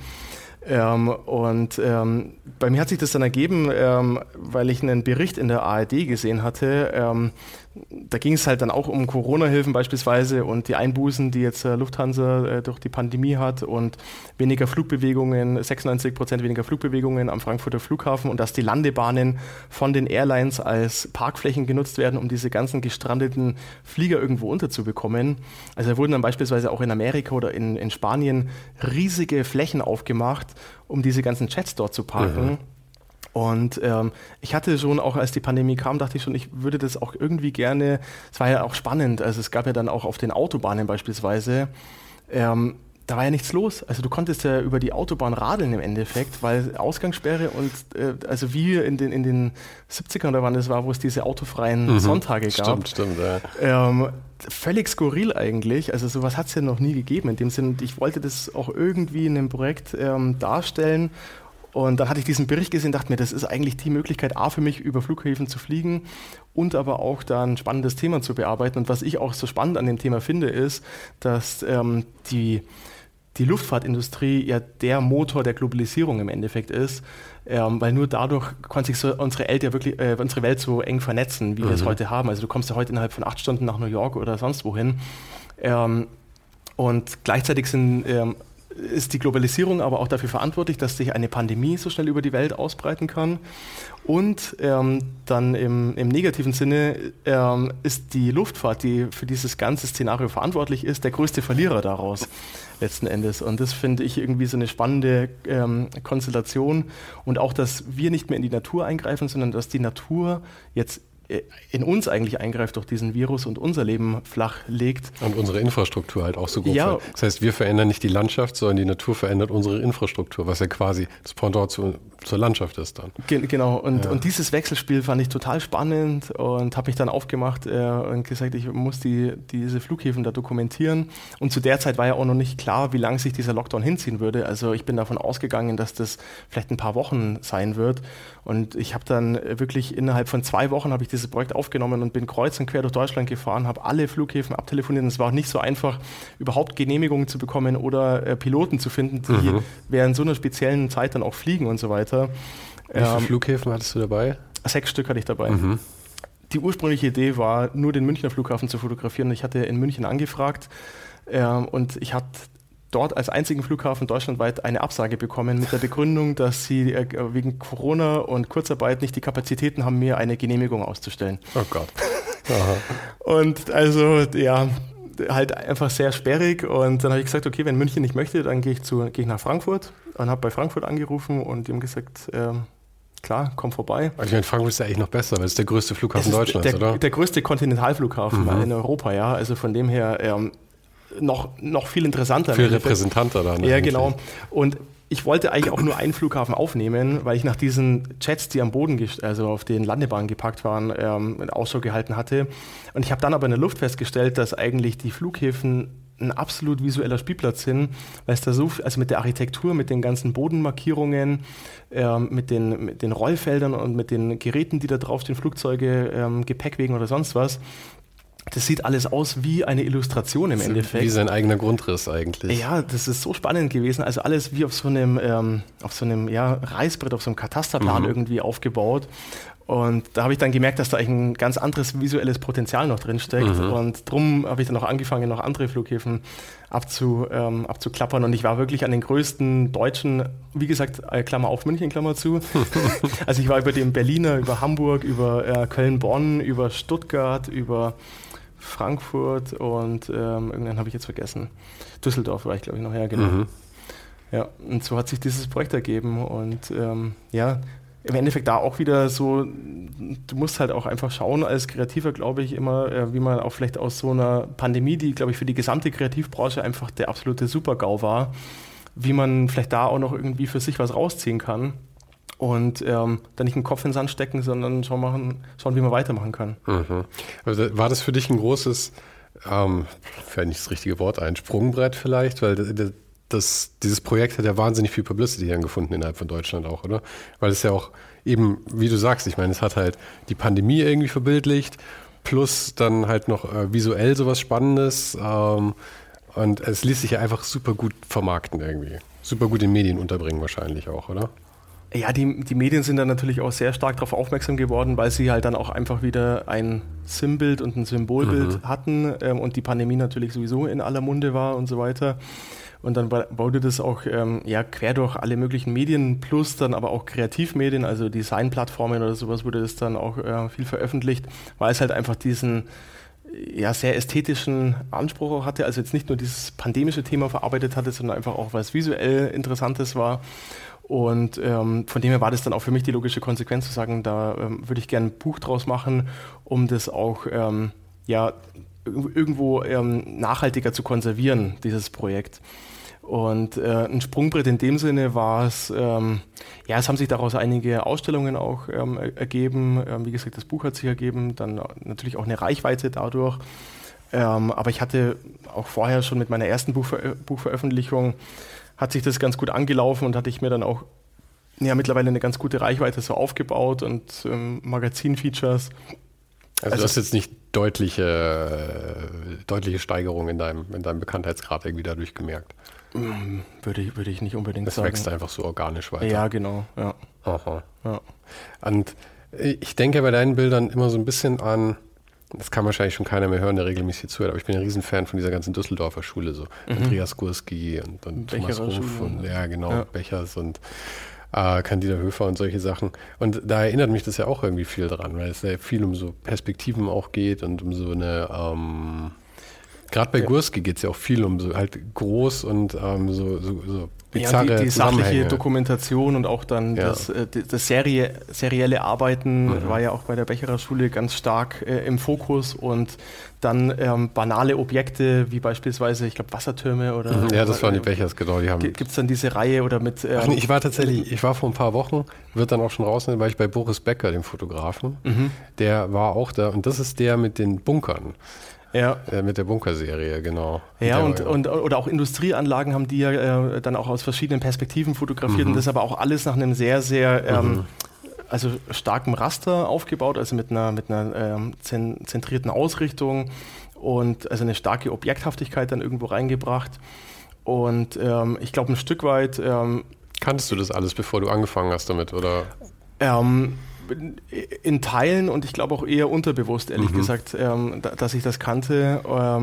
Bei mir hat sich das dann ergeben, weil ich einen Bericht in der ARD gesehen hatte Da ging es halt dann auch um Corona-Hilfen beispielsweise und die Einbußen, die jetzt Lufthansa durch die Pandemie hat und weniger Flugbewegungen, 96% weniger Flugbewegungen am Frankfurter Flughafen und dass die Landebahnen von den Airlines als Parkflächen genutzt werden, um diese ganzen gestrandeten Flieger irgendwo unterzubekommen. Also da wurden dann beispielsweise auch in Amerika oder in Spanien riesige Flächen aufgemacht, um diese ganzen Jets dort zu parken. Mhm. Und ich hatte schon, auch als die Pandemie kam, dachte ich schon, ich würde das auch irgendwie gerne, es war ja auch spannend, also es gab ja dann auch auf den Autobahnen beispielsweise, da war ja nichts los. Also du konntest ja über die Autobahn radeln im Endeffekt, weil Ausgangssperre und also wie in den 70ern oder wann das war, wo es diese autofreien Sonntage gab. Stimmt, ja. Völlig skurril eigentlich, also sowas hat es ja noch nie gegeben in dem Sinn. Ich wollte das auch irgendwie in einem Projekt darstellen. Und dann hatte ich diesen Bericht gesehen und dachte mir, das ist eigentlich die Möglichkeit, für mich über Flughäfen zu fliegen und aber auch da ein spannendes Thema zu bearbeiten. Und was ich auch so spannend an dem Thema finde, ist, dass die Luftfahrtindustrie ja der Motor der Globalisierung im Endeffekt ist, weil nur dadurch kann sich so unsere Welt so eng vernetzen, wie wir es heute haben. Also du kommst ja heute innerhalb von 8 Stunden nach New York oder sonst wohin. Und gleichzeitig ist die Globalisierung aber auch dafür verantwortlich, dass sich eine Pandemie so schnell über die Welt ausbreiten kann. Und dann im negativen Sinne ist die Luftfahrt, die für dieses ganze Szenario verantwortlich ist, der größte Verlierer daraus letzten Endes. Und das finde ich irgendwie so eine spannende Konstellation. Und auch, dass wir nicht mehr in die Natur eingreifen, sondern dass die Natur jetzt in uns eigentlich eingreift durch diesen Virus und unser Leben flach legt. Und unsere Infrastruktur halt auch so gut. Ja. Das heißt, wir verändern nicht die Landschaft, sondern die Natur verändert unsere Infrastruktur, was ja quasi das Pendant zur Landschaft ist dann. Genau, und dieses Wechselspiel fand ich total spannend und habe mich dann aufgemacht und gesagt, ich muss diese Flughäfen da dokumentieren. Und zu der Zeit war ja auch noch nicht klar, wie lange sich dieser Lockdown hinziehen würde. Also ich bin davon ausgegangen, dass das vielleicht ein paar Wochen sein wird. Und ich habe dann wirklich innerhalb von 2 Wochen habe ich dieses Projekt aufgenommen und bin kreuz und quer durch Deutschland gefahren, habe alle Flughäfen abtelefoniert. Und es war auch nicht so einfach, überhaupt Genehmigungen zu bekommen oder Piloten zu finden, die während so einer speziellen Zeit dann auch fliegen und so weiter. Wie viele Flughäfen hattest du dabei? 6 Stück hatte ich dabei. Die ursprüngliche Idee war, nur den Münchner Flughafen zu fotografieren. Ich hatte in München angefragt und ich hatte dort als einzigen Flughafen deutschlandweit eine Absage bekommen mit der Begründung, dass sie wegen Corona und Kurzarbeit nicht die Kapazitäten haben, mir eine Genehmigung auszustellen. Oh Gott. Und also, ja, halt einfach sehr sperrig. Und dann habe ich gesagt, okay, wenn München nicht möchte, dann gehe ich nach Frankfurt und habe bei Frankfurt angerufen und die haben gesagt, klar, komm vorbei. Ich meine, Frankfurt ist ja eigentlich noch besser, weil es der größte Flughafen Deutschlands, oder? Der größte Kontinentalflughafen in Europa, ja. Also von dem her noch viel interessanter. Viel repräsentanter dann. Ja, genau. Und ich wollte eigentlich auch nur einen Flughafen aufnehmen, weil ich nach diesen Jets, die am Boden, also auf den Landebahnen geparkt waren, Ausschau gehalten hatte. Und ich habe dann aber in der Luft festgestellt, dass eigentlich die Flughäfen ein absolut visueller Spielplatz sind, weil es da so, also mit der Architektur, mit den ganzen Bodenmarkierungen, mit den Rollfeldern und mit den Geräten, die da draufstehen, Flugzeuge, Gepäckwegen oder sonst was. Das sieht alles aus wie eine Illustration im Endeffekt. Wie sein eigener Grundriss eigentlich. Ja, das ist so spannend gewesen. Also alles wie auf so einem Reißbrett, auf so einem Katasterplan irgendwie aufgebaut. Und da habe ich dann gemerkt, dass da eigentlich ein ganz anderes visuelles Potenzial noch drin steckt. Und drum habe ich dann auch angefangen, noch andere Flughäfen abzuklappern. Und ich war wirklich an den größten deutschen, wie gesagt, Klammer auf München, Klammer zu. Also ich war über den Berliner, über Hamburg, über Köln-Bonn, über Stuttgart, über Frankfurt und irgendwann habe ich jetzt vergessen. Düsseldorf war ich, glaube ich, noch, ja, genau. Ja, und so hat sich dieses Projekt ergeben und im Endeffekt da auch wieder so, du musst halt auch einfach schauen als Kreativer, glaube ich, immer, wie man auch vielleicht aus so einer Pandemie, die, glaube ich, für die gesamte Kreativbranche einfach der absolute Super-GAU war, wie man vielleicht da auch noch irgendwie für sich was rausziehen kann. Und dann nicht den Kopf in den Sand stecken, sondern schauen, wie man weitermachen kann. Also war das für dich ein großes, fällt nicht das richtige Wort ein, Sprungbrett vielleicht? Weil dieses Projekt hat ja wahnsinnig viel Publicity gefunden innerhalb von Deutschland auch, oder? Weil es ja auch eben, wie du sagst, ich meine, es hat halt die Pandemie irgendwie verbildlicht, plus dann halt noch visuell sowas Spannendes und es ließ sich ja einfach super gut vermarkten irgendwie. Super gut in Medien unterbringen wahrscheinlich auch, oder? Ja, die Medien sind dann natürlich auch sehr stark darauf aufmerksam geworden, weil sie halt dann auch einfach wieder ein Sinnbild und ein Symbolbild hatten und die Pandemie natürlich sowieso in aller Munde war und so weiter. Und dann wurde das auch quer durch alle möglichen Medien plus dann aber auch Kreativmedien, also Designplattformen oder sowas wurde das dann auch viel veröffentlicht, weil es halt einfach diesen sehr ästhetischen Anspruch auch hatte, also jetzt nicht nur dieses pandemische Thema verarbeitet hatte, sondern einfach auch was visuell Interessantes war. Und von dem her war das dann auch für mich die logische Konsequenz zu sagen, da würde ich gerne ein Buch draus machen, um das auch irgendwo nachhaltiger zu konservieren, dieses Projekt. Und ein Sprungbrett in dem Sinne war es, es haben sich daraus einige Ausstellungen auch ergeben. Wie gesagt, das Buch hat sich ergeben, dann natürlich auch eine Reichweite dadurch. Aber ich hatte auch vorher schon mit meiner ersten Buchveröffentlichung, hat sich das ganz gut angelaufen und hatte ich mir dann auch mittlerweile eine ganz gute Reichweite so aufgebaut und Magazinfeatures. Also du hast jetzt nicht deutliche Steigerung in deinem Bekanntheitsgrad irgendwie dadurch gemerkt? Würde ich nicht unbedingt sagen. Das wächst einfach so organisch weiter. Ja, genau. Ja. Aha. Ja. Und ich denke bei deinen Bildern immer so ein bisschen an, das kann wahrscheinlich schon keiner mehr hören, der regelmäßig hier zuhört, aber ich bin ein Riesenfan von dieser ganzen Düsseldorfer Schule, so Andreas Gursky und Thomas Ruf und Bechers und Candida Höfer und solche Sachen. Und da erinnert mich das ja auch irgendwie viel dran, weil es ja viel um so Perspektiven auch geht und um so eine, gerade bei Gursky geht es ja auch viel um so halt groß und so bizarre die sachliche Dokumentation und auch dann das serielle Arbeiten war ja auch bei der Becherer Schule ganz stark im Fokus und dann banale Objekte wie beispielsweise, ich glaube, Wassertürme oder... Ja, das waren die Bechers, genau. Gibt es dann diese Reihe oder mit... ich war vor ein paar Wochen, wird dann auch schon raus, weil ich bei Boris Becker, dem Fotografen, der war auch da und das ist der mit den Bunkern. Ja. Mit der Bunkerserie, genau. Ja, oder auch Industrieanlagen haben die ja dann auch aus verschiedenen Perspektiven fotografiert und das aber auch alles nach einem sehr, sehr starkem Raster aufgebaut, also mit einer zentrierten Ausrichtung und also eine starke Objekthaftigkeit dann irgendwo reingebracht. Und ich glaube, ein Stück weit... Kanntest du das alles, bevor du angefangen hast damit, oder? In Teilen und ich glaube auch eher unterbewusst, ehrlich gesagt, dass ich das kannte.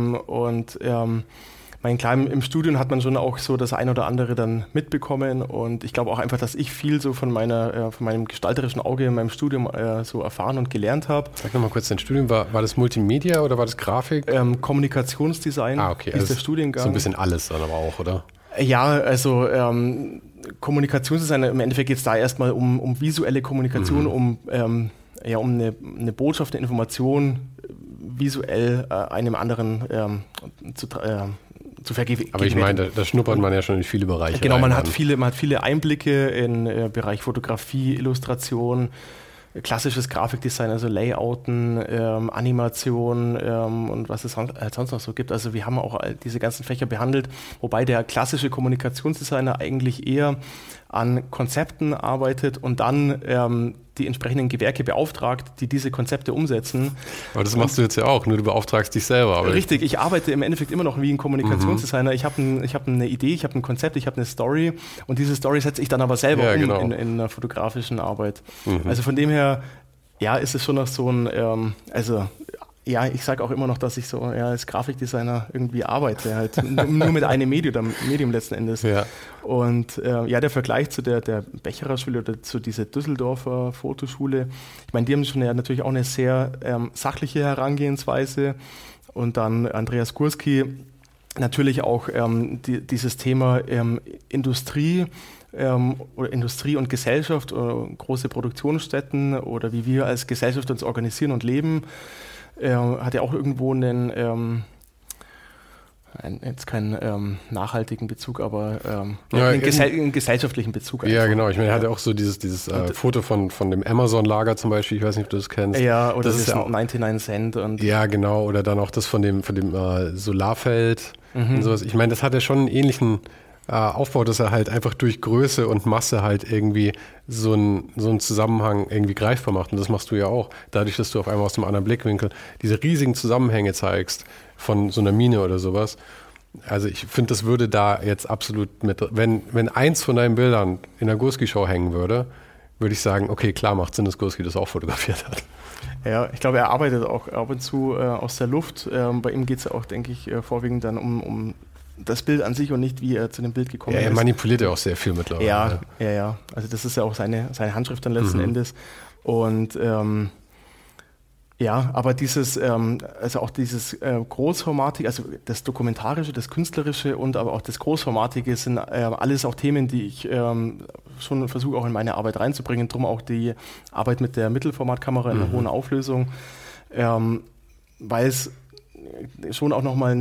Klar, im Studium hat man schon auch so das ein oder andere dann mitbekommen und ich glaube auch einfach, dass ich viel so von meinem gestalterischen Auge in meinem Studium so erfahren und gelernt habe. Sag nochmal kurz, dein Studium, war das Multimedia oder war das Grafik? Kommunikationsdesign okay. ist der Studiengang. So ein bisschen alles dann aber auch, oder? Ja, also Kommunikationsdesign, im Endeffekt geht es da erstmal um visuelle Kommunikation, um eine Botschaft, eine Information visuell einem anderen zu vergeben. Aber ich meine, da schnuppert man ja schon in viele Bereiche. Genau, man hat viele Einblicke in Bereich Fotografie, Illustration, klassisches Grafikdesign, also Layouten, Animation und was es sonst noch so gibt. Also wir haben auch diese ganzen Fächer behandelt, wobei der klassische Kommunikationsdesigner eigentlich eher an Konzepten arbeitet und dann die entsprechenden Gewerke beauftragt, die diese Konzepte umsetzen. Aber das machst du jetzt ja auch, nur du beauftragst dich selber. Aber richtig, ich arbeite im Endeffekt immer noch wie ein Kommunikationsdesigner. Ich hab eine Idee, ich habe ein Konzept, ich habe eine Story und diese Story setze ich dann aber selber in einer fotografischen Arbeit. Also von dem her, ist es schon noch so ein, ich sage auch immer noch, dass ich so als Grafikdesigner irgendwie arbeite, halt nur mit einem Medium letzten Endes. Ja. Und der Vergleich zu der Becherer Schule oder zu dieser Düsseldorfer Fotoschule, ich meine, die haben schon natürlich auch eine sehr sachliche Herangehensweise und dann Andreas Gursky natürlich auch dieses Thema Industrie oder Industrie und Gesellschaft oder große Produktionsstätten oder wie wir als Gesellschaft uns organisieren und leben. Hat ja auch irgendwo jetzt keinen nachhaltigen Bezug, aber einen gesellschaftlichen Bezug. Ja, genau. Ich meine, er hat ja auch so dieses Foto von dem Amazon-Lager zum Beispiel, ich weiß nicht, ob du das kennst. Ja, oder das ist ja 99 Cent. Und ja, genau. Oder dann auch das von dem Solarfeld und sowas. Ich meine, das hat ja schon einen ähnlichen Aufbau, dass er halt einfach durch Größe und Masse halt irgendwie so einen Zusammenhang irgendwie greifbar macht. Und das machst du ja auch. Dadurch, dass du auf einmal aus einem anderen Blickwinkel diese riesigen Zusammenhänge zeigst von so einer Mine oder sowas. Also ich finde, das würde da jetzt absolut mit, wenn eins von deinen Bildern in der Gursky-Show hängen würde ich sagen, okay, klar macht Sinn, dass Gursky das auch fotografiert hat. Ja, ich glaube, er arbeitet auch ab und zu aus der Luft. Bei ihm geht es ja auch, denke ich, vorwiegend dann um das Bild an sich und nicht, wie er zu dem Bild gekommen ist. Er manipuliert ja auch sehr viel mittlerweile. Ja. Also das ist ja auch seine Handschrift dann letzten Endes. Und aber dieses, also auch dieses Großformatige, also das Dokumentarische, das Künstlerische und aber auch das Großformatige sind alles auch Themen, die ich schon versuche auch in meine Arbeit reinzubringen. Drum auch die Arbeit mit der Mittelformatkamera in einer hohen Auflösung, weil es schon auch nochmal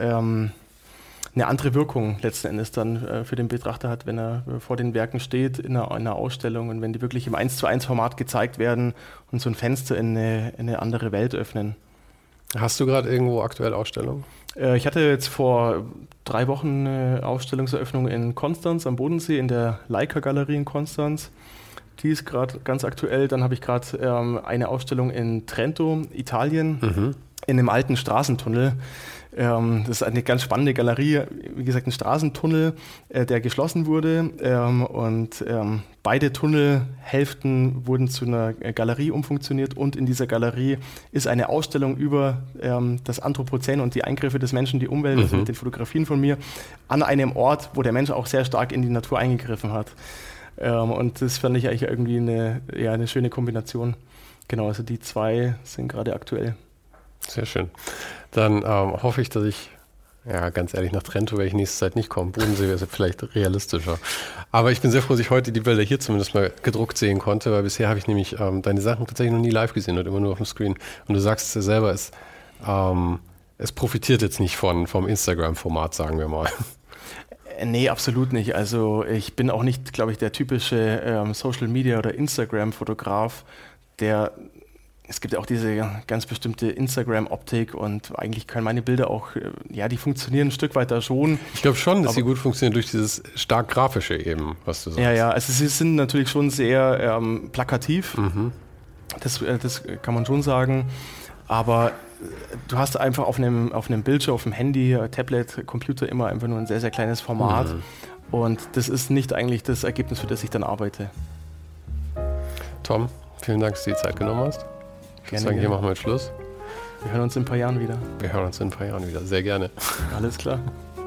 eine andere Wirkung letzten Endes dann für den Betrachter hat, wenn er vor den Werken steht in einer Ausstellung und wenn die wirklich im 1:1 Format gezeigt werden und so ein Fenster in eine andere Welt öffnen. Hast du gerade irgendwo aktuell Ausstellungen? Ich hatte jetzt vor 3 Wochen eine Ausstellungseröffnung in Konstanz am Bodensee in der Leica-Galerie in Konstanz. Die ist gerade ganz aktuell. Dann habe ich gerade eine Ausstellung in Trento, Italien, in einem alten Straßentunnel. Das ist eine ganz spannende Galerie, wie gesagt ein Straßentunnel, der geschlossen wurde und beide Tunnelhälften wurden zu einer Galerie umfunktioniert und in dieser Galerie ist eine Ausstellung über das Anthropozän und die Eingriffe des Menschen, die Umwelt, also mit den Fotografien von mir, an einem Ort, wo der Mensch auch sehr stark in die Natur eingegriffen hat. Und das fand ich eigentlich irgendwie eine schöne Kombination. Genau, also die 2 sind gerade aktuell. Sehr schön. Dann hoffe ich, dass ich, ganz ehrlich, nach Trento werde ich nächste Zeit nicht kommen. Bodensee wäre vielleicht realistischer. Aber ich bin sehr froh, dass ich heute die Bilder hier zumindest mal gedruckt sehen konnte, weil bisher habe ich nämlich deine Sachen tatsächlich noch nie live gesehen und immer nur auf dem Screen. Und du sagst es ja selber, es profitiert jetzt nicht vom Instagram-Format, sagen wir mal. Nee, absolut nicht. Also ich bin auch nicht, glaube ich, der typische Social-Media- oder Instagram-Fotograf, es gibt ja auch diese ganz bestimmte Instagram-Optik und eigentlich können meine Bilder auch, die funktionieren ein Stück weiter schon. Ich glaube schon, dass sie gut funktionieren durch dieses stark grafische eben, was du sagst. Ja, also sie sind natürlich schon sehr plakativ, das kann man schon sagen, aber du hast einfach auf einem Bildschirm, auf dem Handy, Tablet, Computer immer einfach nur ein sehr, sehr kleines Format und das ist nicht eigentlich das Ergebnis, für das ich dann arbeite. Tom, vielen Dank, dass du die Zeit genommen hast. Ich würde sagen, hier machen wir jetzt Schluss. Wir hören uns in ein paar Jahren wieder. Sehr gerne. Alles klar.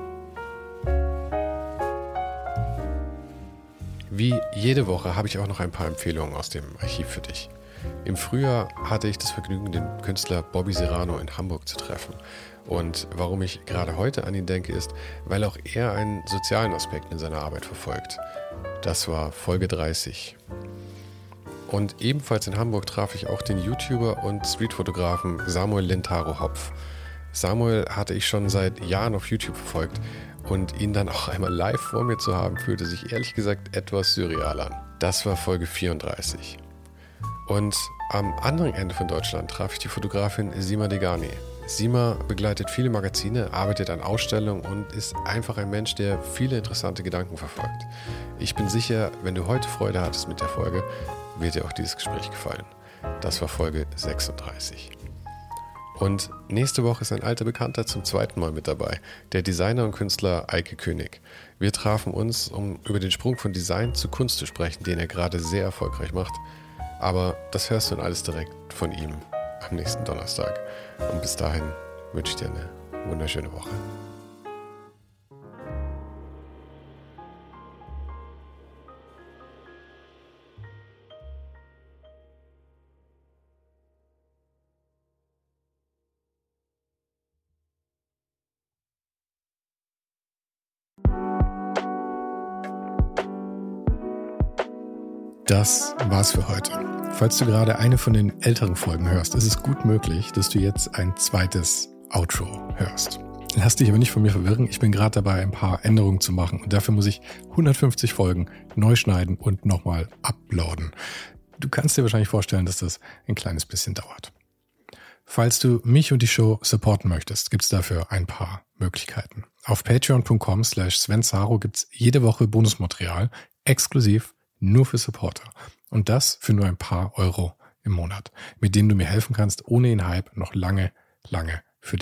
Wie jede Woche habe ich auch noch ein paar Empfehlungen aus dem Archiv für dich. Im Frühjahr hatte ich das Vergnügen, den Künstler Bobby Serrano in Hamburg zu treffen. Und warum ich gerade heute an ihn denke, ist, weil auch er einen sozialen Aspekt in seiner Arbeit verfolgt. Das war Folge 30. Und ebenfalls in Hamburg traf ich auch den YouTuber und Streetfotografen Samuel Lentaro Hopf. Samuel hatte ich schon seit Jahren auf YouTube verfolgt und ihn dann auch einmal live vor mir zu haben, fühlte sich ehrlich gesagt etwas surreal an. Das war Folge 34. Und am anderen Ende von Deutschland traf ich die Fotografin Sima Degani. Sima begleitet viele Magazine, arbeitet an Ausstellungen und ist einfach ein Mensch, der viele interessante Gedanken verfolgt. Ich bin sicher, wenn du heute Freude hattest mit der Folge, wird dir auch dieses Gespräch gefallen. Das war Folge 36. Und nächste Woche ist ein alter Bekannter zum 2. Mal mit dabei, der Designer und Künstler Eike König. Wir trafen uns, um über den Sprung von Design zu Kunst zu sprechen, den er gerade sehr erfolgreich macht. Aber das hörst du dann alles direkt von ihm am nächsten Donnerstag. Und bis dahin wünsche ich dir eine wunderschöne Woche. Das war's für heute. Falls du gerade eine von den älteren Folgen hörst, ist es gut möglich, dass du jetzt ein zweites Outro hörst. Lass dich aber nicht von mir verwirren, ich bin gerade dabei, ein paar Änderungen zu machen und dafür muss ich 150 Folgen neu schneiden und nochmal uploaden. Du kannst dir wahrscheinlich vorstellen, dass das ein kleines bisschen dauert. Falls du mich und die Show supporten möchtest, gibt's dafür ein paar Möglichkeiten. Auf patreon.com/Sven Saro gibt's jede Woche Bonusmaterial, exklusiv nur für Supporter. Und das für nur ein paar Euro im Monat, mit denen du mir helfen kannst, ohne den Hype noch lange, lange für dich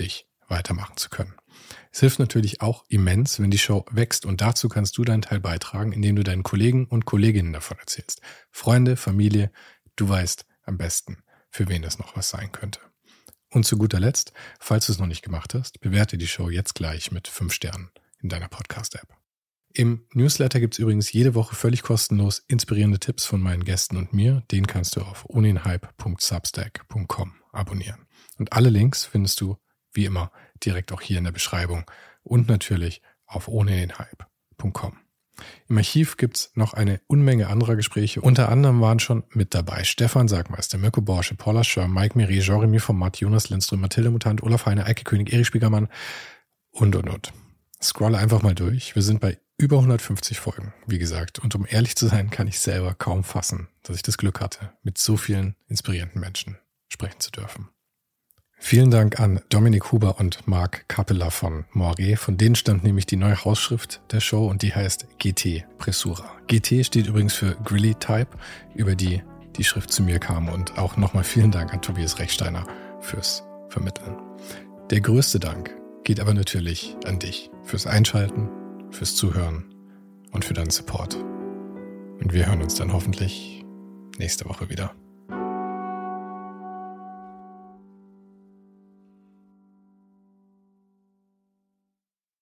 weitermachen zu können. Es hilft natürlich auch immens, wenn die Show wächst, und dazu kannst du deinen Teil beitragen, indem du deinen Kollegen und Kolleginnen davon erzählst. Freunde, Familie, du weißt am besten, für wen das noch was sein könnte. Und zu guter Letzt, falls du es noch nicht gemacht hast, bewerte die Show jetzt gleich mit 5 Sternen in deiner Podcast-App. Im Newsletter gibt es übrigens jede Woche völlig kostenlos inspirierende Tipps von meinen Gästen und mir. Den kannst du auf ohndenhype.substack.com abonnieren. Und alle Links findest du, wie immer, direkt auch hier in der Beschreibung und natürlich auf ohndenhype.com. Im Archiv gibt's noch eine Unmenge anderer Gespräche. Unter anderem waren schon mit dabei Stefan Sagmeister, Mirko Borsche, Paula Schör, Mike Miri, Jeremy Format, Jonas Lindström, Mathilde Mutant, Olaf Heine, Eike König, Erich Spiegermann und. Scrolle einfach mal durch. Wir sind bei über 150 Folgen, wie gesagt. Und um ehrlich zu sein, kann ich selber kaum fassen, dass ich das Glück hatte, mit so vielen inspirierenden Menschen sprechen zu dürfen. Vielen Dank an Dominik Huber und Marc Capella von Moiré. Von denen stammt nämlich die neue Hausschrift der Show und die heißt GT Pressura. GT steht übrigens für Grilly Type, über die Schrift zu mir kam. Und auch nochmal vielen Dank an Tobias Rechsteiner fürs Vermitteln. Der größte Dank geht aber natürlich an dich fürs Einschalten, fürs Zuhören und für deinen Support. Und wir hören uns dann hoffentlich nächste Woche wieder.